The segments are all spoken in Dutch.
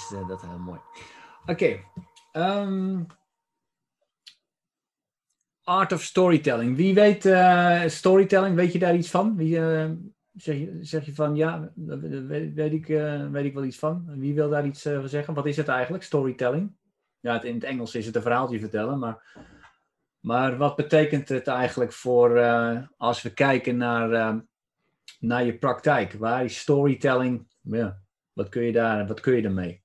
is dat heel mooi. Oké. Art of Storytelling. Wie weet storytelling? Weet je daar iets van? Zeg je van ja, daar weet ik wel iets van. Wie wil daar iets van zeggen? Wat is het eigenlijk, storytelling? Ja, in het Engels is het een verhaaltje vertellen, maar wat betekent het eigenlijk voor als we kijken naar je praktijk? Waar is storytelling? Ja, wat kun je daarmee?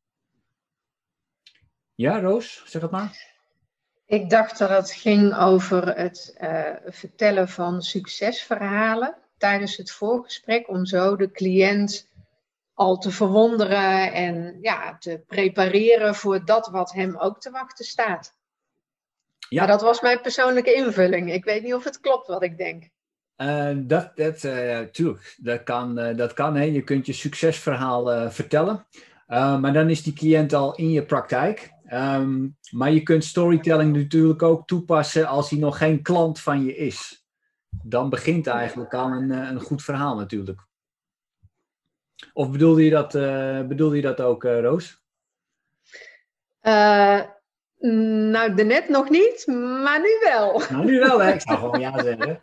Ja, Roos, zeg het maar. Ik dacht dat het ging over het vertellen van succesverhalen tijdens het voorgesprek, om zo de cliënt al te verwonderen en ja, te prepareren voor dat wat hem ook te wachten staat. Ja. Maar dat was mijn persoonlijke invulling. Ik weet niet of het klopt wat ik denk. Tuurlijk, dat kan. Hè. Je kunt je succesverhaal vertellen. Maar dan is die cliënt al in je praktijk. Maar je kunt storytelling natuurlijk ook toepassen als hij nog geen klant van je is. Dan begint eigenlijk al een goed verhaal natuurlijk. Of bedoelde je dat ook, Roos? Nou, daarnet nog niet, maar nu wel. Nou, nu wel, hè? Ik zou gewoon ja zeggen.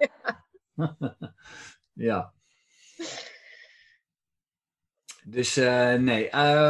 Ja. Dus nee,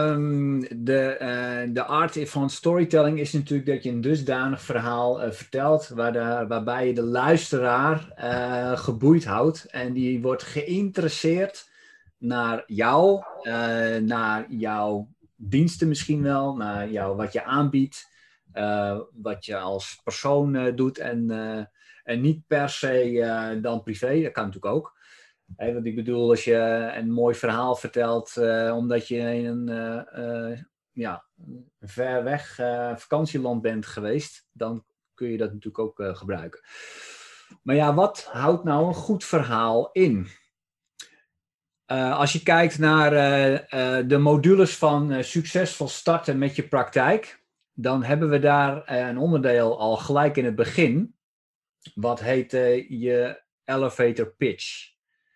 de art van storytelling is natuurlijk dat je een dusdanig verhaal vertelt waarbij je de luisteraar geboeid houdt en die wordt geïnteresseerd naar jou, naar jouw diensten misschien wel, naar jou, wat je aanbiedt, wat je als persoon doet en niet per se dan privé, dat kan natuurlijk ook. Want ik bedoel, als je een mooi verhaal vertelt, omdat je in een ver weg vakantieland bent geweest, dan kun je dat natuurlijk ook gebruiken. Maar ja, wat houdt nou een goed verhaal in? Als je kijkt naar de modules van succesvol starten met je praktijk, dan hebben we daar een onderdeel al gelijk in het begin, wat heet je elevator pitch.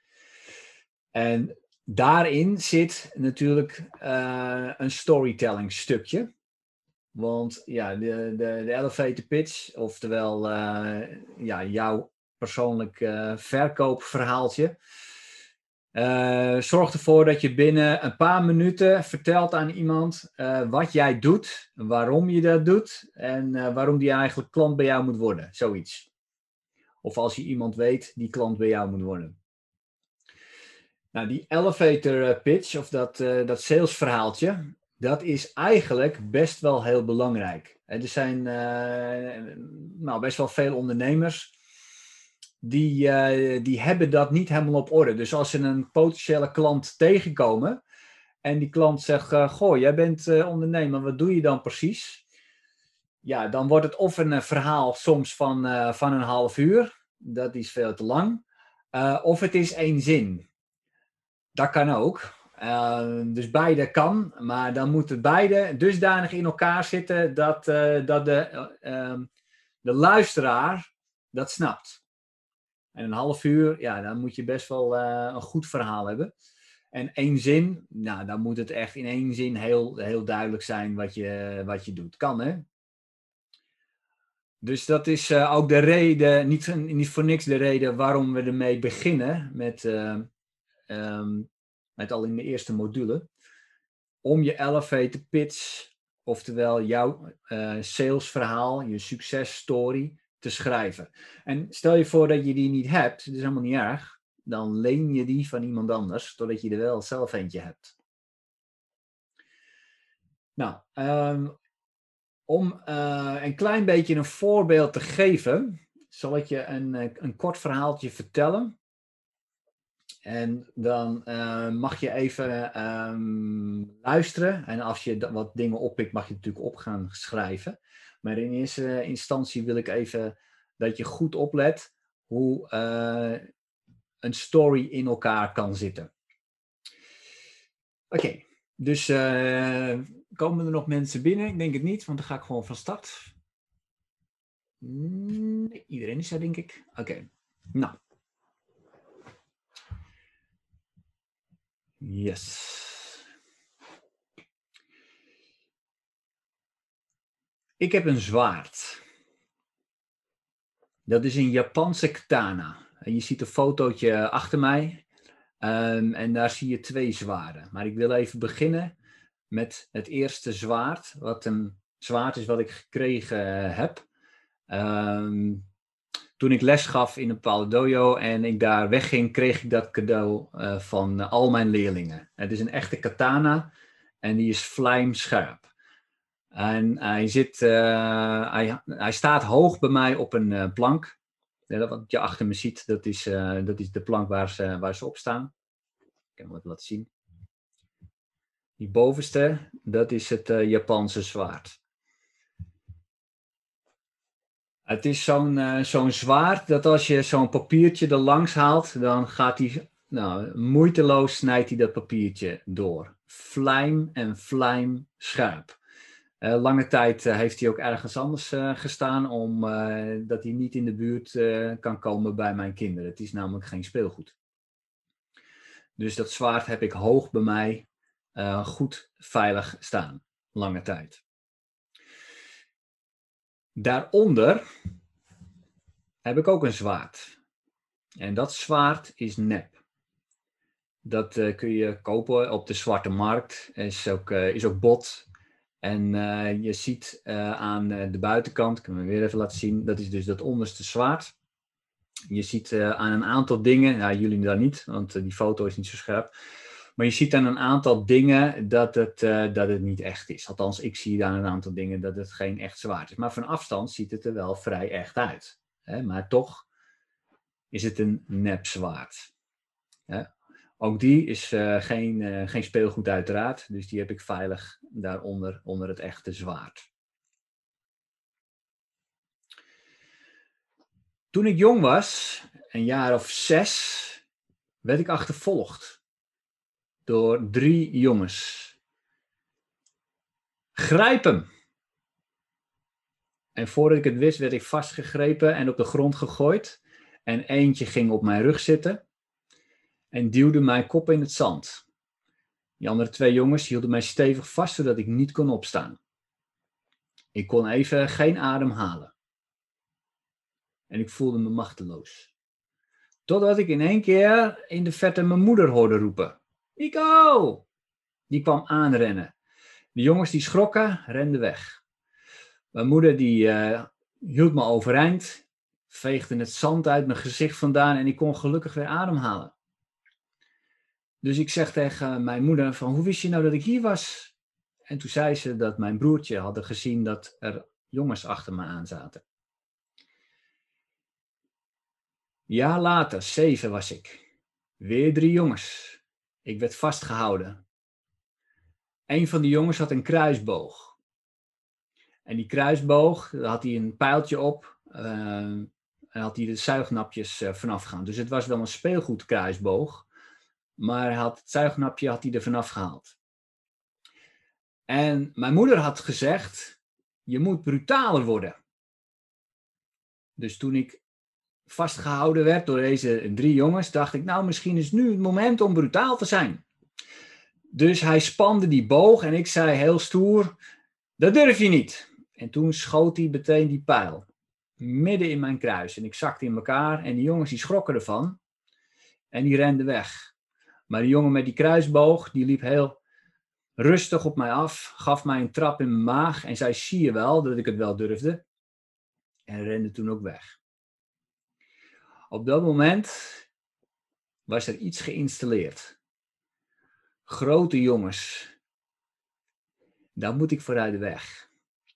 En daarin zit natuurlijk een storytelling stukje. Want ja, de elevator pitch, oftewel jouw persoonlijk verkoopverhaaltje, zorgt ervoor dat je binnen een paar minuten vertelt aan iemand wat jij doet, waarom je dat doet en waarom die eigenlijk klant bij jou moet worden. Zoiets. Of als je iemand weet die klant bij jou moet worden. Nou, die elevator pitch, of dat salesverhaaltje, dat is eigenlijk best wel heel belangrijk. Er zijn best wel veel ondernemers die hebben dat niet helemaal op orde. Dus als ze een potentiële klant tegenkomen en die klant zegt, goh, jij bent ondernemer, wat doe je dan precies? Ja, dan wordt het of een verhaal soms van een half uur, dat is veel te lang, of het is één zin. Dat kan ook. Dus beide kan, maar dan moeten beide dusdanig in elkaar zitten dat de luisteraar dat snapt. En een half uur, ja, dan moet je best wel een goed verhaal hebben. En één zin, nou, dan moet het echt in één zin heel, heel duidelijk zijn wat je doet. Kan, hè? Dus dat is ook de reden, niet voor niks de reden waarom we ermee beginnen met al in de eerste module, om je elevator pitch, oftewel jouw salesverhaal, je successtory, te schrijven. En stel je voor dat je die niet hebt, dat is helemaal niet erg, dan leen je die van iemand anders, totdat je er wel zelf eentje hebt. Nou, om een klein beetje een voorbeeld te geven, zal ik je een kort verhaaltje vertellen. En dan mag je even luisteren. En als je wat dingen oppikt, mag je natuurlijk op gaan schrijven. Maar in eerste instantie wil ik even dat je goed oplet hoe een story in elkaar kan zitten. Oké, dus komen er nog mensen binnen? Ik denk het niet, want dan ga ik gewoon van start. Nee, iedereen is er, denk ik. Oké, nou. Yes. Ik heb een zwaard. Dat is een Japanse katana. En je ziet een fotootje achter mij. En daar zie je 2 zwaarden. Maar ik wil even beginnen met het eerste zwaard. Wat een zwaard is wat ik gekregen heb. Toen ik les gaf in een bepaalde dojo en ik daar wegging, kreeg ik dat cadeau van al mijn leerlingen. Het is een echte katana en die is vlijmscherp. En hij staat hoog bij mij op een plank. Ja, wat je achter me ziet, dat is de plank waar ze op staan. Ik kan het laten zien. Die bovenste, dat is het Japanse zwaard. Het is zo'n zwaard dat als je zo'n papiertje er langs haalt, dan gaat hij, moeiteloos snijdt hij dat papiertje door. Vlijm en vlijmscherp. Lange tijd heeft hij ook ergens anders gestaan, omdat hij niet in de buurt kan komen bij mijn kinderen. Het is namelijk geen speelgoed. Dus dat zwaard heb ik hoog bij mij goed veilig staan. Lange tijd. Daaronder heb ik ook een zwaard. En dat zwaard is nep. Dat kun je kopen op de zwarte markt. Is ook bot. En je ziet aan de buitenkant, ik kan hem weer even laten zien, dat is dus dat onderste zwaard. Je ziet aan een aantal dingen, jullie daar niet, want die foto is niet zo scherp. Maar je ziet aan een aantal dingen dat het niet echt is. Althans, ik zie aan een aantal dingen dat het geen echt zwaard is. Maar van afstand ziet het er wel vrij echt uit. Maar toch is het een nep zwaard. Ook die is geen speelgoed uiteraard. Dus die heb ik veilig daaronder, onder het echte zwaard. Toen ik jong was, een jaar of 6, werd ik achtervolgd door 3 jongens. Grijp hem! En voordat ik het wist, werd ik vastgegrepen en op de grond gegooid. En eentje ging op mijn rug zitten en duwde mijn kop in het zand. Die andere 2 jongens hielden mij stevig vast, zodat ik niet kon opstaan. Ik kon even geen adem halen. En ik voelde me machteloos. Totdat ik in één keer in de verte mijn moeder hoorde roepen. Nico! Die kwam aanrennen. De jongens die schrokken, renden weg. Mijn moeder die hield me overeind, veegde het zand uit mijn gezicht vandaan en ik kon gelukkig weer ademhalen. Dus ik zeg tegen mijn moeder van, hoe wist je nou dat ik hier was? En toen zei ze dat mijn broertje hadden gezien dat er jongens achter me aan zaten. Een jaar later, 7 was ik. Weer 3 jongens. Ik werd vastgehouden. Een van die jongens had een kruisboog. En die kruisboog, daar had hij een pijltje op. En had hij de zuignapjes vanaf gehaald. Dus het was wel een speelgoed kruisboog. Maar het zuignapje had hij er vanaf gehaald. En mijn moeder had gezegd, je moet brutaler worden. Dus toen ik vastgehouden werd door deze 3 jongens, dacht ik, nou misschien is nu het moment om brutaal te zijn. Dus hij spande die boog en ik zei heel stoer, dat durf je niet. En toen schoot hij meteen die pijl, midden in mijn kruis. En ik zakte in elkaar en die jongens die schrokken ervan en die renden weg. Maar die jongen met die kruisboog, die liep heel rustig op mij af, gaf mij een trap in mijn maag en zei, zie je wel dat ik het wel durfde. En rende toen ook weg. Op dat moment was er iets geïnstalleerd. Grote jongens, daar moet ik voor uit de weg.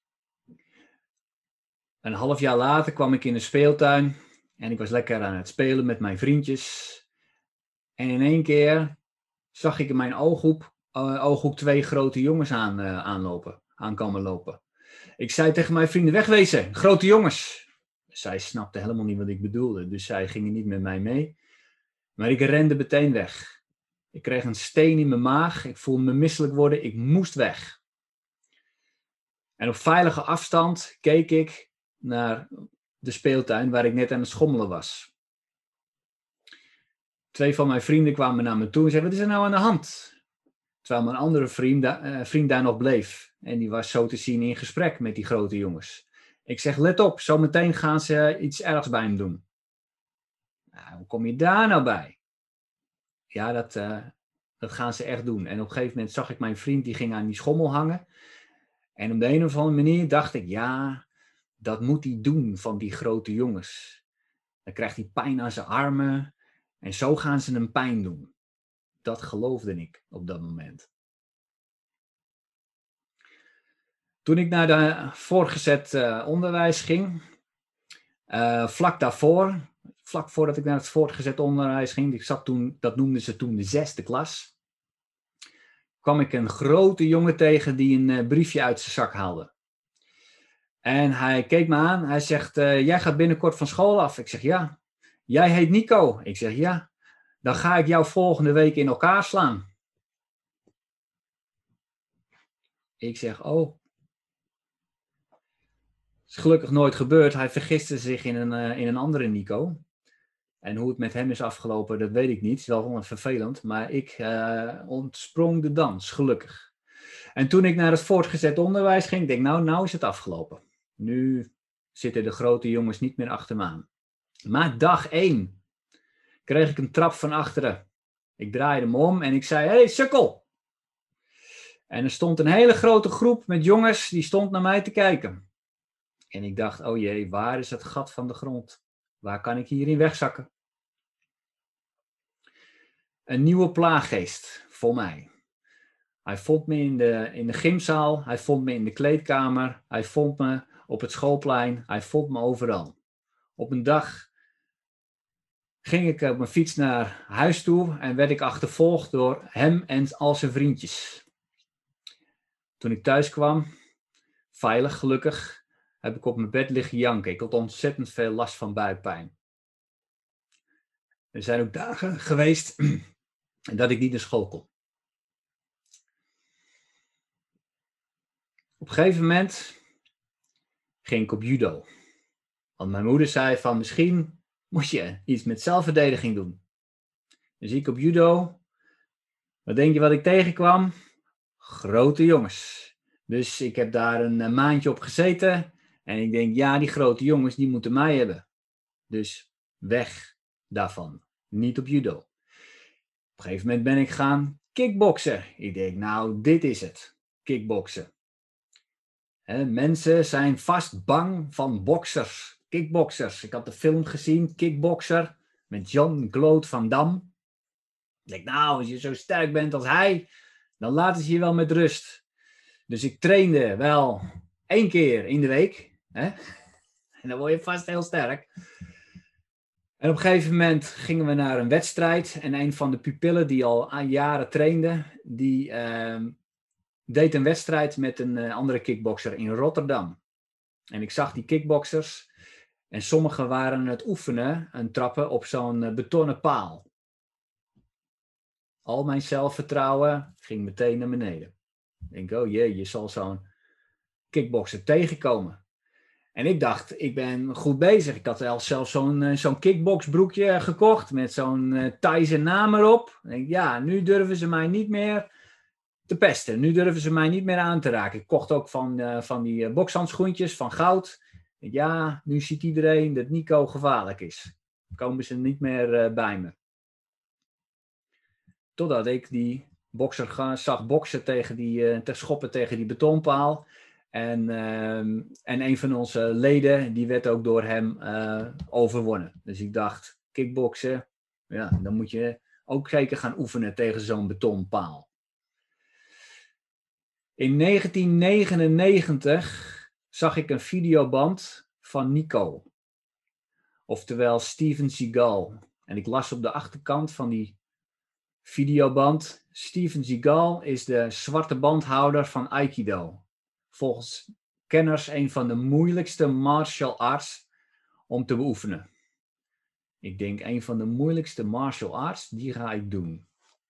Een half jaar later kwam ik in de speeltuin en ik was lekker aan het spelen met mijn vriendjes. En in één keer zag ik in mijn ooghoek 2 grote jongens aankomen lopen. Ik zei tegen mijn vrienden, wegwezen, grote jongens. Zij snapten helemaal niet wat ik bedoelde, dus zij gingen niet met mij mee. Maar ik rende meteen weg. Ik kreeg een steen in mijn maag, ik voelde me misselijk worden, ik moest weg. En op veilige afstand keek ik naar de speeltuin waar ik net aan het schommelen was. 2 van mijn vrienden kwamen naar me toe en zeiden, wat is er nou aan de hand? Terwijl mijn andere vriend daar nog bleef. En die was zo te zien in gesprek met die grote jongens. Ik zeg, let op, zometeen gaan ze iets ergs bij hem doen. Nou, hoe kom je daar nou bij? Ja, dat gaan ze echt doen. En op een gegeven moment zag ik mijn vriend, die ging aan die schommel hangen. En op de een of andere manier dacht ik, ja, dat moet hij doen van die grote jongens. Dan krijgt hij pijn aan zijn armen. En zo gaan ze hem pijn doen. Dat geloofde ik op dat moment. Toen ik naar de voortgezet onderwijs ging, vlak voordat ik naar het voortgezet onderwijs ging, ik zat toen, dat noemden ze toen de 6e klas, kwam ik een grote jongen tegen die een briefje uit zijn zak haalde. En hij keek me aan, hij zegt, jij gaat binnenkort van school af. Ik zeg, ja. Jij heet Nico. Ik zeg, ja. Dan ga ik jou volgende week in elkaar slaan. Ik zeg, oh. Is gelukkig nooit gebeurd. Hij vergiste zich in een andere Nico. En hoe het met hem is afgelopen, dat weet ik niet. Het is wel vervelend. Maar ik ontsprong de dans, gelukkig. En toen ik naar het voortgezet onderwijs ging, denk ik, nou is het afgelopen. Nu zitten de grote jongens niet meer achter me aan. Maar dag 1 kreeg ik een trap van achteren. Ik draaide me om en ik zei, hey, sukkel! En er stond een hele grote groep met jongens, die stond naar mij te kijken. En ik dacht, oh jee, waar is het gat van de grond? Waar kan ik hierin wegzakken? Een nieuwe plaaggeest voor mij. Hij vond me in de gymzaal, hij vond me in de kleedkamer, hij vond me op het schoolplein, hij vond me overal. Op een dag ging ik op mijn fiets naar huis toe en werd ik achtervolgd door hem en al zijn vriendjes. Toen ik thuis kwam, veilig gelukkig, heb ik op mijn bed liggen janken. Ik had ontzettend veel last van buikpijn. Er zijn ook dagen geweest dat ik niet naar school kon. Op een gegeven moment ging ik op judo. Want mijn moeder zei van misschien moet je iets met zelfverdediging doen. Dus ik op judo. Wat denk je wat ik tegenkwam? Grote jongens. Dus ik heb daar een maandje op gezeten. En ik denk, ja, die grote jongens, die moeten mij hebben. Dus weg daarvan. Niet op judo. Op een gegeven moment ben ik gaan kickboksen. Ik denk, nou, dit is het. Kickboksen. Mensen zijn vast bang van boksers. Kickboksers. Ik had de film gezien, Kickbokser, met Jean-Claude Van Damme. Ik denk, nou, als je zo sterk bent als hij, dan laten ze je wel met rust. Dus ik trainde wel 1 keer in de week. En dan word je vast heel sterk. En op een gegeven moment gingen we naar een wedstrijd. En een van de pupillen die al jaren trainde, die deed een wedstrijd met een andere kickbokser in Rotterdam. En ik zag die kickboksers. En sommigen waren het oefenen en trappen op zo'n betonnen paal. Al mijn zelfvertrouwen ging meteen naar beneden. Ik denk, oh jee, je zal zo'n kickbokser tegenkomen. En ik dacht, ik ben goed bezig. Ik had zelfs zo'n kickboxbroekje gekocht met zo'n Thaise naam erop. Ik denk, ja, nu durven ze mij niet meer te pesten. Nu durven ze mij niet meer aan te raken. Ik kocht ook van die bokshandschoentjes van goud. Ja, nu ziet iedereen dat Nico gevaarlijk is. Komen ze niet meer bij me. Totdat ik die bokser zag boksen te schoppen tegen die betonpaal. En een van onze leden, die werd ook door hem overwonnen. Dus ik dacht, kickboksen, ja, dan moet je ook zeker gaan oefenen tegen zo'n betonpaal. In 1999 zag ik een videoband van Nico. Oftewel Steven Seagal. En ik las op de achterkant van die videoband: Steven Seagal is de zwarte bandhouder van Aikido. Volgens kenners een van de moeilijkste martial arts om te beoefenen. Ik denk, een van de moeilijkste martial arts, die ga ik doen.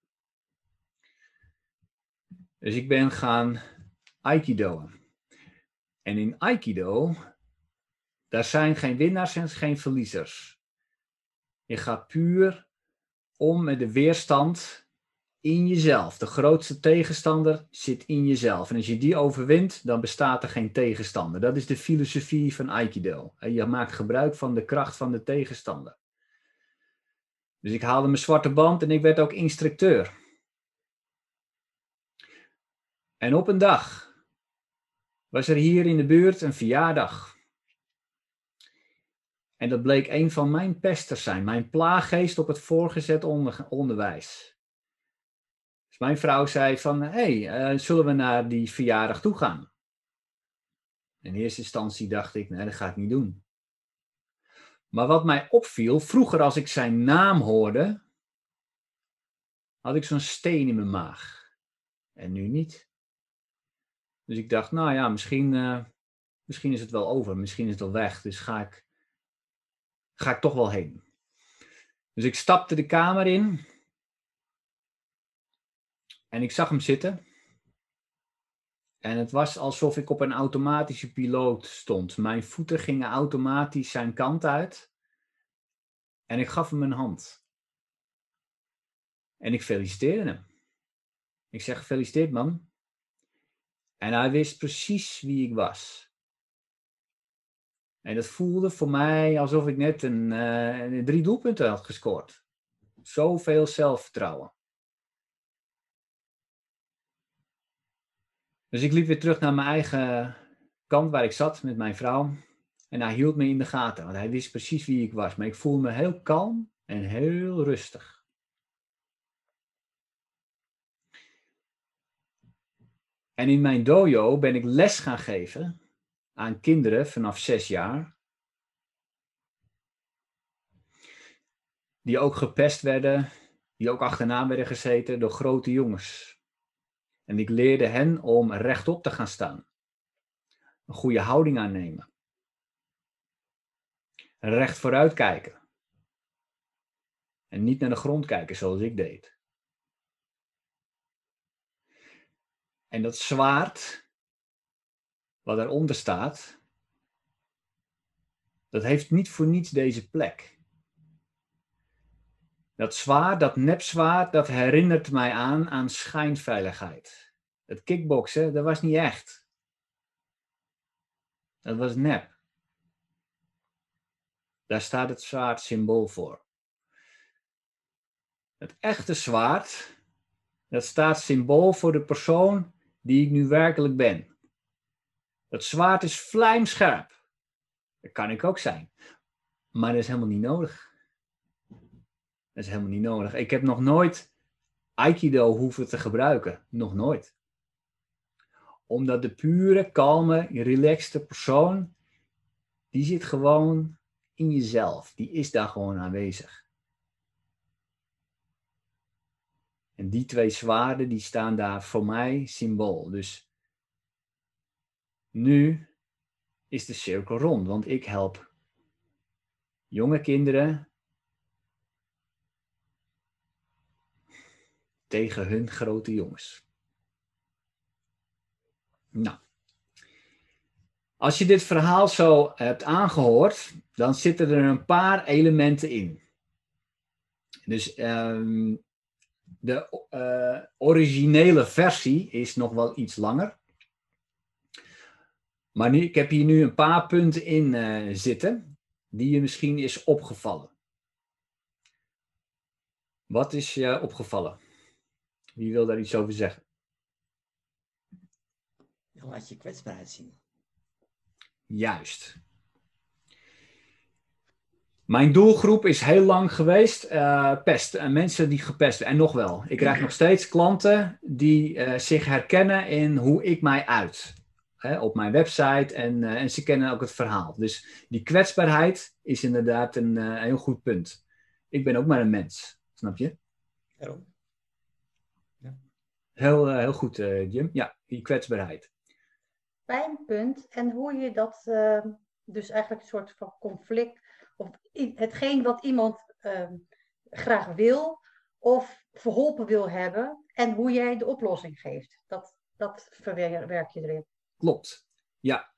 Dus ik ben gaan Aikido'en. En in Aikido, daar zijn geen winnaars en geen verliezers. Je gaat puur om met de weerstand in jezelf. De grootste tegenstander zit in jezelf. En als je die overwint, dan bestaat er geen tegenstander. Dat is de filosofie van Aikido. Je maakt gebruik van de kracht van de tegenstander. Dus ik haalde mijn zwarte band en ik werd ook instructeur. En op een dag was er hier in de buurt een verjaardag. En dat bleek een van mijn pesters zijn. Mijn plaaggeest op het voorgezet onderwijs. Dus mijn vrouw zei van, hey, zullen we naar die verjaardag toe gaan? In eerste instantie dacht ik, nee, dat ga ik niet doen. Maar wat mij opviel, vroeger als ik zijn naam hoorde, had ik zo'n steen in mijn maag. En nu niet. Dus ik dacht, nou ja, misschien is het wel over, misschien is het wel weg, dus ga ik toch wel heen. Dus ik stapte de kamer in en ik zag hem zitten. En het was alsof ik op een automatische piloot stond. Mijn voeten gingen automatisch zijn kant uit. En ik gaf hem een hand. En ik feliciteerde hem. Ik zeg, gefeliciteerd man. En hij wist precies wie ik was. En dat voelde voor mij alsof ik net 3 doelpunten had gescoord. Zoveel zelfvertrouwen. Dus ik liep weer terug naar mijn eigen kant waar ik zat met mijn vrouw. En hij hield me in de gaten, want hij wist precies wie ik was. Maar ik voelde me heel kalm en heel rustig. En in mijn dojo ben ik les gaan geven aan kinderen vanaf 6 jaar. Die ook gepest werden, die ook achterna werden gezeten door grote jongens. En ik leerde hen om rechtop te gaan staan. Een goede houding aannemen. Recht vooruit kijken. En niet naar de grond kijken zoals ik deed. En dat zwaard, wat eronder staat, dat heeft niet voor niets deze plek. Dat zwaard, dat nepzwaard, dat herinnert mij aan schijnveiligheid. Het kickboksen, dat was niet echt. Dat was nep. Daar staat het zwaard symbool voor. Het echte zwaard, dat staat symbool voor de persoon die ik nu werkelijk ben. Dat zwaard is vlijmscherp. Dat kan ik ook zijn. Maar dat is helemaal niet nodig. Dat is helemaal niet nodig. Ik heb nog nooit Aikido hoeven te gebruiken. Nog nooit. Omdat de pure, kalme, relaxte persoon, die zit gewoon in jezelf. Die is daar gewoon aanwezig. En die 2 zwaarden, die staan daar voor mij symbool. Dus nu is de cirkel rond. Want ik help jonge kinderen tegen hun grote jongens. Nou. Als je dit verhaal zo hebt aangehoord, dan zitten er een paar elementen in. Dus de originele versie is nog wel iets langer. Maar ik heb hier nu een paar punten in zitten, die je misschien is opgevallen. Wat is je opgevallen? Wie wil daar iets over zeggen? Laat je kwetsbaarheid zien. Juist. Mijn doelgroep is heel lang geweest pest. Mensen die gepest werden. En nog wel. Ik krijg nog steeds klanten die zich herkennen in hoe ik mij uit. Op mijn website en ze kennen ook het verhaal. Dus die kwetsbaarheid is inderdaad een heel goed punt. Ik ben ook maar een mens. Snap je? Daarom. Ja. Heel goed, Jim. Ja, die kwetsbaarheid. Pijnpunt en hoe je dat dus eigenlijk een soort van conflict of hetgeen wat iemand graag wil of verholpen wil hebben en hoe jij de oplossing geeft. Dat verwerk je erin. Klopt. Ja.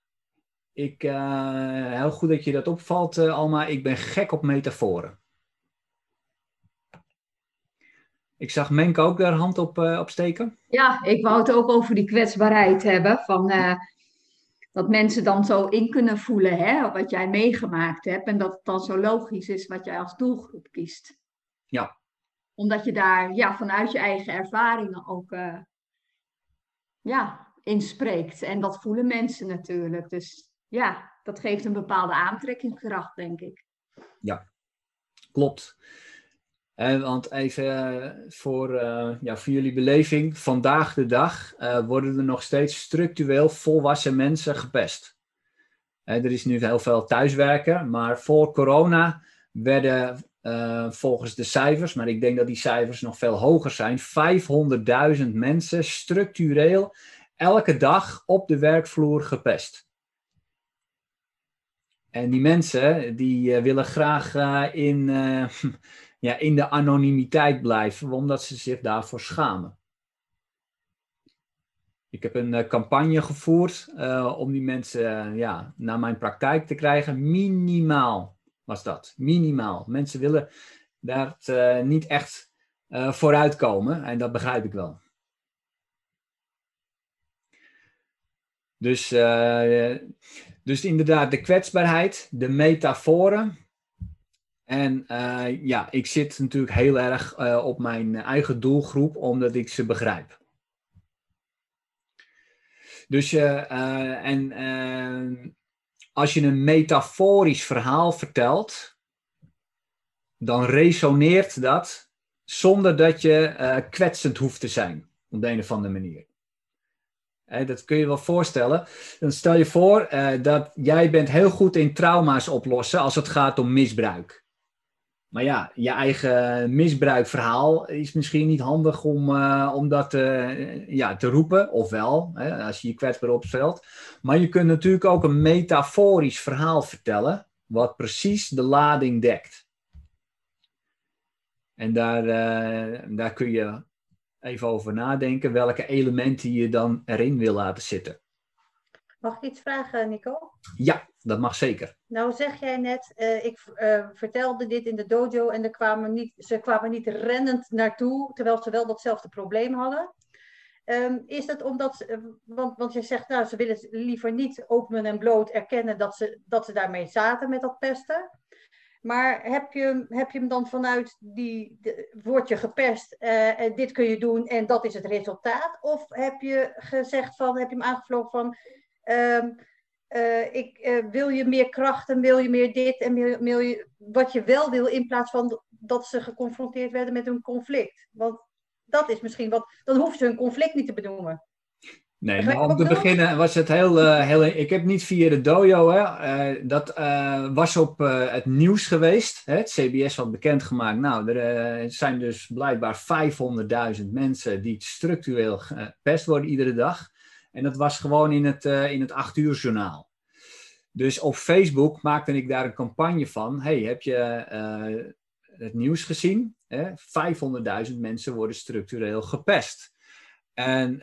Heel goed dat je dat opvalt, Alma. Ik ben gek op metaforen. Ik zag Menke ook daar hand op steken. Ja, ik wou het ook over die kwetsbaarheid hebben. Dat mensen dan zo in kunnen voelen, hè, wat jij meegemaakt hebt. En dat het dan zo logisch is wat jij als doelgroep kiest. Ja. Omdat je daar vanuit je eigen ervaringen ook in spreekt. En dat voelen mensen natuurlijk. Dus ja, dat geeft een bepaalde aantrekkingskracht, denk ik. Ja, klopt. Want even voor jullie beleving. Vandaag de dag worden er nog steeds structureel volwassen mensen gepest. Er is nu heel veel thuiswerken. Maar voor corona werden volgens de cijfers, maar ik denk dat die cijfers nog veel hoger zijn, 500.000 mensen structureel elke dag op de werkvloer gepest. En die mensen die willen graag in de anonimiteit blijven, omdat ze zich daarvoor schamen. Ik heb een campagne gevoerd om die mensen naar mijn praktijk te krijgen. Minimaal was dat. Minimaal. Mensen willen daar niet echt vooruitkomen. En dat begrijp ik wel. Dus inderdaad, de kwetsbaarheid, de metaforen. En ik zit natuurlijk heel erg op mijn eigen doelgroep, omdat ik ze begrijp. Dus als je een metaforisch verhaal vertelt, dan resoneert dat zonder dat je kwetsend hoeft te zijn, op de een of andere manier. Dat kun je wel voorstellen. Dan stel je voor dat jij bent heel goed in trauma's oplossen als het gaat om misbruik. Maar ja, je eigen misbruikverhaal is misschien niet handig om dat te roepen. Ofwel, als je je kwetsbaar opstelt. Maar je kunt natuurlijk ook een metaforisch verhaal vertellen, wat precies de lading dekt. En daar kun je even over nadenken welke elementen je dan erin wil laten zitten. Mag ik iets vragen, Nico? Ja, dat mag zeker. Nou zeg jij net, ik vertelde dit in de dojo en ze kwamen niet rennend naartoe, terwijl ze wel datzelfde probleem hadden. Is dat omdat, want je zegt, nou, ze willen liever niet open en bloot erkennen dat ze daarmee zaten met dat pesten. Maar heb je hem dan vanuit word je gepest, en dit kun je doen en dat is het resultaat? Of heb je hem aangevlogen van, wil je meer krachten, wil je meer dit en wil je wat je wel wil, in plaats van dat ze geconfronteerd werden met een conflict? Want dat is misschien dan hoeven ze hun conflict niet te benoemen. Nee, maar om te beginnen was het heel... Ik heb niet via de dojo, dat was op het nieuws geweest. Het CBS had bekendgemaakt. Nou, er zijn dus blijkbaar 500.000 mensen die structureel gepest worden iedere dag. En dat was gewoon in het 8 uur journaal. Dus op Facebook maakte ik daar een campagne van. Hey, heb je het nieuws gezien? 500.000 mensen worden structureel gepest. En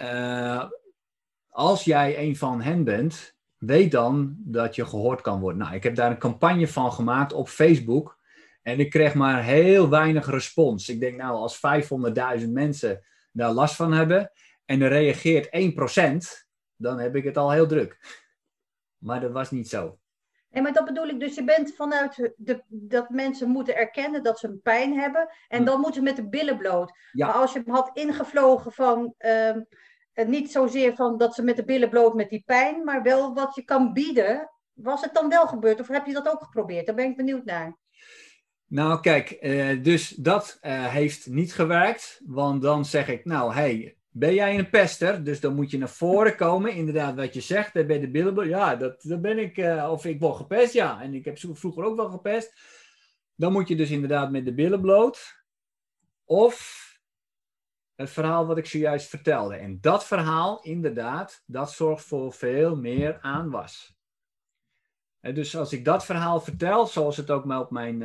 als jij een van hen bent, weet dan dat je gehoord kan worden. Nou, ik heb daar een campagne van gemaakt op Facebook. En ik kreeg maar heel weinig respons. Ik denk, nou, als 500.000 mensen daar last van hebben en er reageert 1%, dan heb ik het al heel druk. Maar dat was niet zo. Nee, maar dat bedoel ik. Dus je bent vanuit dat mensen moeten erkennen dat ze een pijn hebben. En dan moeten ze met de billen bloot. Ja. Maar als je hem had ingevlogen van... niet zozeer van dat ze met de billen bloot met die pijn, maar wel wat je kan bieden. Was het dan wel gebeurd of heb je dat ook geprobeerd? Daar ben ik benieuwd naar. Nou kijk, dus dat heeft niet gewerkt. Want dan zeg ik, nou hey, ben jij een pester? Dus dan moet je naar voren komen. Inderdaad, wat je zegt, bij de billen bloot. Ja, dat ben ik. Of ik word gepest, ja. En ik heb vroeger ook wel gepest. Dan moet je dus inderdaad met de billen bloot. Of... het verhaal wat ik zojuist vertelde. En dat verhaal, inderdaad, dat zorgt voor veel meer aanwas. En dus als ik dat verhaal vertel, zoals het ook op mijn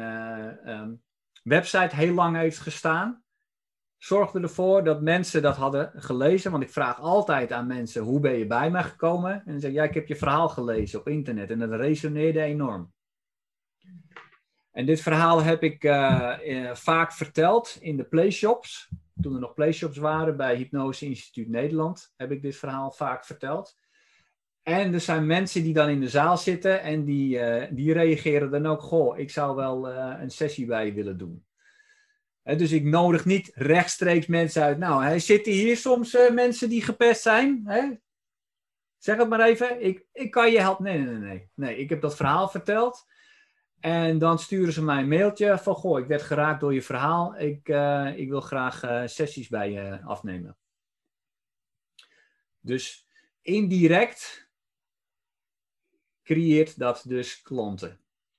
website heel lang heeft gestaan, zorgde ervoor dat mensen dat hadden gelezen. Want ik vraag altijd aan mensen, hoe ben je bij mij gekomen? En dan zeg ik, ja, ik heb je verhaal gelezen op internet. En dat resoneerde enorm. En dit verhaal heb ik vaak verteld in de playshops. toen er nog playshops waren bij Hypnose Instituut Nederland, heb ik dit verhaal vaak verteld. En er zijn mensen die dan in de zaal zitten en die reageren dan ook, goh, ik zou wel een sessie bij je willen doen. Dus ik nodig niet rechtstreeks mensen uit. Nou, zitten hier soms mensen die gepest zijn? Zeg het maar even, ik kan je helpen. Nee, ik heb dat verhaal verteld. En dan sturen ze mij een mailtje van, goh, ik werd geraakt door je verhaal. Ik wil graag sessies bij je afnemen. Dus indirect creëert dat dus klanten.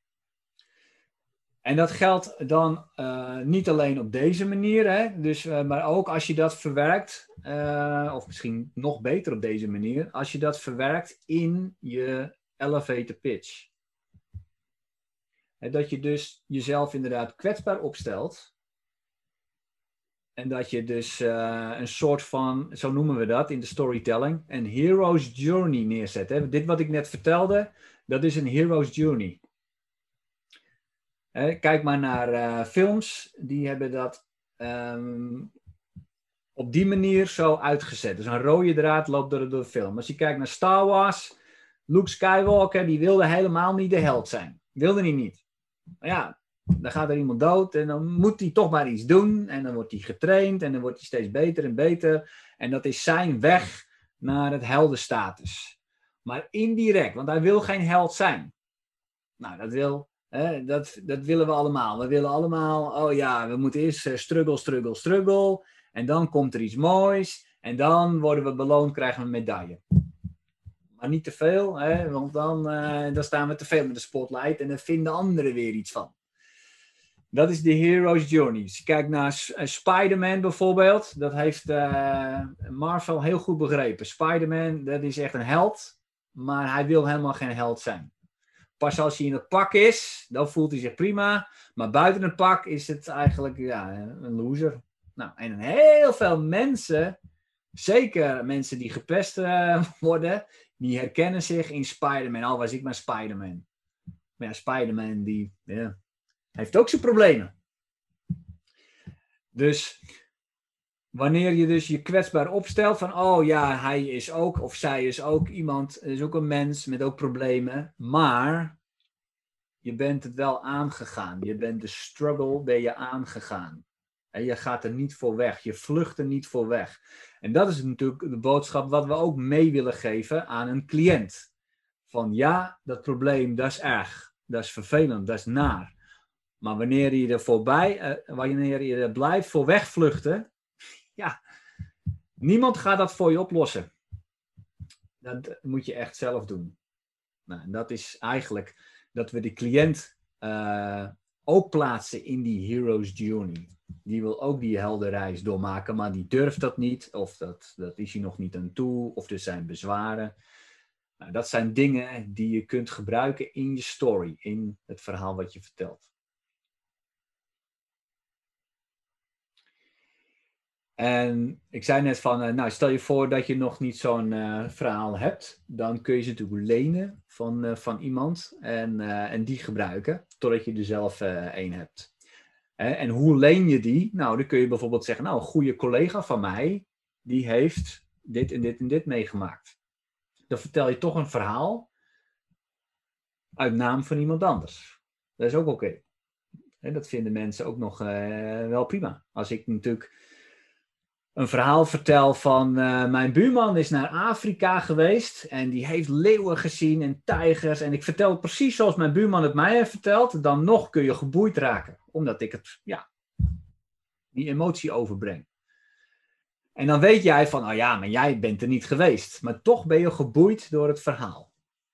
En dat geldt dan niet alleen op deze manier, hè? Dus, maar ook als je dat verwerkt, of misschien nog beter op deze manier, als je dat verwerkt in je elevator pitch. Dat je dus jezelf inderdaad kwetsbaar opstelt. En dat je dus een soort van, zo noemen we dat in de storytelling, een hero's journey neerzet. Hè? Dit wat ik net vertelde, dat is een hero's journey. Kijk maar naar films, die hebben dat op die manier zo uitgezet. Dus een rode draad loopt door de film. Als je kijkt naar Star Wars, Luke Skywalker, die wilde helemaal niet de held zijn. Wilde hij niet. Maar ja, dan gaat er iemand dood en dan moet hij toch maar iets doen. En dan wordt hij getraind en dan wordt hij steeds beter en beter. En dat is zijn weg naar het heldenstatus. Maar indirect, want hij wil geen held zijn. Nou, dat willen we allemaal. We willen allemaal, we moeten eerst struggle. En dan komt er iets moois. En dan worden we beloond, krijgen we een medaille. Maar niet te veel, want dan staan we te veel met de spotlight. En dan vinden anderen weer iets van. Dat is de hero's journey. Als je kijkt naar Spider-Man bijvoorbeeld. Dat heeft Marvel heel goed begrepen. Spider-Man, dat is echt een held. Maar hij wil helemaal geen held zijn. Pas als hij in het pak is, dan voelt hij zich prima. Maar buiten het pak is het eigenlijk een loser. Nou, en heel veel mensen, zeker mensen die gepest worden, die herkennen zich in Spider-Man. Oh, was ik maar Spider-Man. Maar ja, Spider-Man die heeft ook zijn problemen. Dus wanneer je dus je kwetsbaar opstelt van, hij is ook, of zij is ook iemand, is ook een mens met ook problemen, maar je bent het wel aangegaan. Je bent de struggle, ben je aangegaan. En je gaat er niet voor weg, je vlucht er niet voor weg. En dat is natuurlijk de boodschap wat we ook mee willen geven aan een cliënt. Van ja, dat probleem, dat is erg, dat is vervelend, dat is naar. Maar wanneer je er blijft voor wegvluchten, ja, niemand gaat dat voor je oplossen. Dat moet je echt zelf doen. Nou, en dat is eigenlijk dat we de cliënt ook plaatsen in die hero's journey. Die wil ook die heldenreis doormaken, maar die durft dat niet. Of dat is hij nog niet aan toe. Of er zijn bezwaren. Nou, dat zijn dingen die je kunt gebruiken in je story. In het verhaal wat je vertelt. En ik zei net van, stel je voor dat je nog niet zo'n verhaal hebt. Dan kun je ze natuurlijk lenen van iemand en die gebruiken. Totdat je er zelf één hebt. En hoe leen je die? Nou, dan kun je bijvoorbeeld zeggen, een goede collega van mij, die heeft dit en dit en dit meegemaakt. Dan vertel je toch een verhaal uit naam van iemand anders. Dat is ook oké. En dat vinden mensen ook nog wel prima. Als ik natuurlijk een verhaal vertel van mijn buurman is naar Afrika geweest en die heeft leeuwen gezien en tijgers. En ik vertel het precies zoals mijn buurman het mij heeft verteld. Dan nog kun je geboeid raken. Omdat ik die emotie overbreng. En dan weet jij van, maar jij bent er niet geweest. Maar toch ben je geboeid door het verhaal.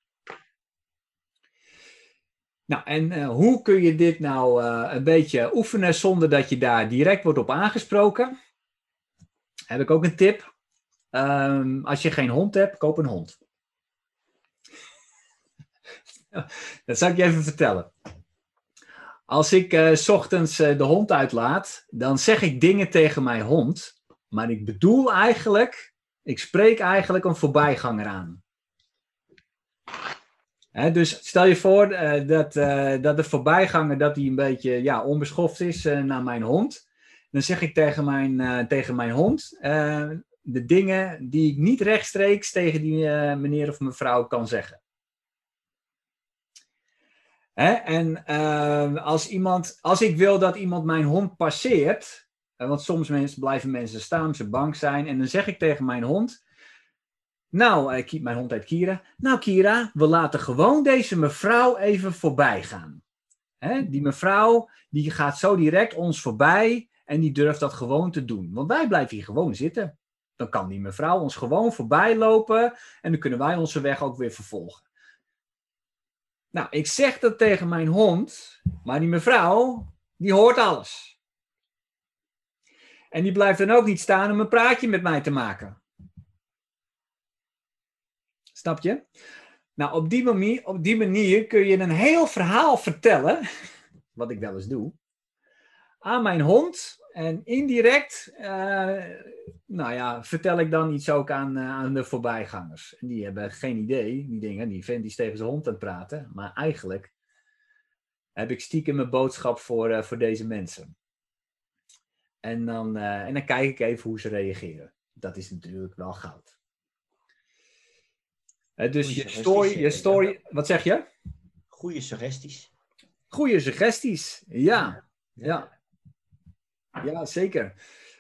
Nou, en hoe kun je dit nou een beetje oefenen zonder dat je daar direct wordt op aangesproken? Heb ik ook een tip. Als je geen hond hebt, koop een hond. Dat zal ik je even vertellen. Als ik 's ochtends de hond uitlaat, dan zeg ik dingen tegen mijn hond. Maar ik spreek eigenlijk een voorbijganger aan. Dus stel je voor dat de voorbijganger dat hij een beetje onbeschoft is naar mijn hond. dan zeg ik tegen mijn hond de dingen die ik niet rechtstreeks tegen die meneer of mevrouw kan zeggen. Hè? En als ik wil dat iemand mijn hond passeert, want soms blijven mensen staan, ze bang zijn, en dan zeg ik tegen mijn hond, nou, mijn hond heet Kira, nou Kira, we laten gewoon deze mevrouw even voorbij gaan. Hè? Die mevrouw, die gaat zo direct ons voorbij en die durft dat gewoon te doen. Want wij blijven hier gewoon zitten. Dan kan die mevrouw ons gewoon voorbij lopen en dan kunnen wij onze weg ook weer vervolgen. Nou, ik zeg dat tegen mijn hond, maar die mevrouw, die hoort alles. En die blijft dan ook niet staan om een praatje met mij te maken. Snap je? Nou, op die manier kun je een heel verhaal vertellen, wat ik wel eens doe, aan mijn hond. En indirect, vertel ik dan iets ook aan de voorbijgangers. En die hebben geen idee, die vent die is tegen zijn hond aan het praten. Maar eigenlijk heb ik stiekem een boodschap voor deze mensen. En dan kijk ik even hoe ze reageren. Dat is natuurlijk wel goud. Dus je story, wat zeg je? Goeie suggesties. Goeie suggesties, ja. Ja, zeker.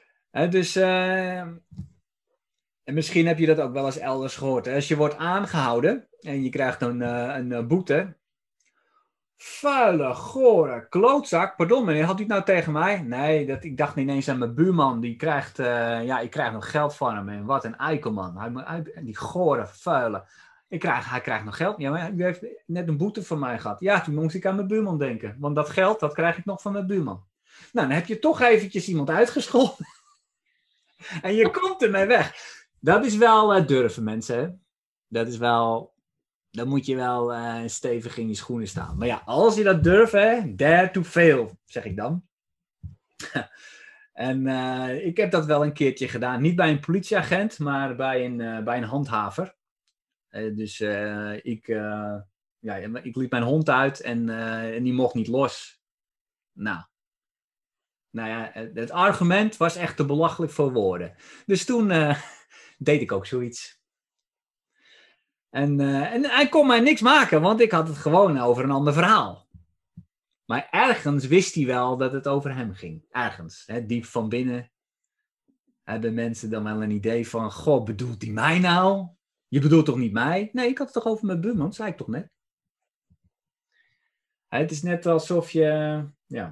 En misschien heb je dat ook wel eens elders gehoord. Als je wordt aangehouden en je krijgt een boete. Vuile, gore, klootzak. Pardon meneer, had u het nou tegen mij? Nee, ik dacht niet eens aan mijn buurman. Die krijgt, ik krijg nog geld van hem. En wat een eikelman. Die gore, vuile. Hij krijgt nog geld. Ja, maar u heeft net een boete van mij gehad. Ja, toen moest ik aan mijn buurman denken. Want dat geld, dat krijg ik nog van mijn buurman. Nou, dan heb je toch eventjes iemand uitgescholden. En je komt ermee weg. Dat is wel durven, mensen. Hè? Dat is wel... Dan moet je wel stevig in je schoenen staan. Maar ja, als je dat durft, hè, dare to fail, zeg ik dan. En ik heb dat wel een keertje gedaan. Niet bij een politieagent, maar bij een handhaver. Ik liet mijn hond uit en die mocht niet los. Nou ja, het argument was echt te belachelijk voor woorden. Dus toen deed ik ook zoiets. En hij kon mij niks maken, want ik had het gewoon over een ander verhaal. Maar ergens wist hij wel dat het over hem ging. Ergens, diep van binnen, hebben mensen dan wel een idee van, goh, bedoelt hij mij nou? Je bedoelt toch niet mij? Nee, ik had het toch over mijn buurman, dat zei ik toch net? Het is net alsof je,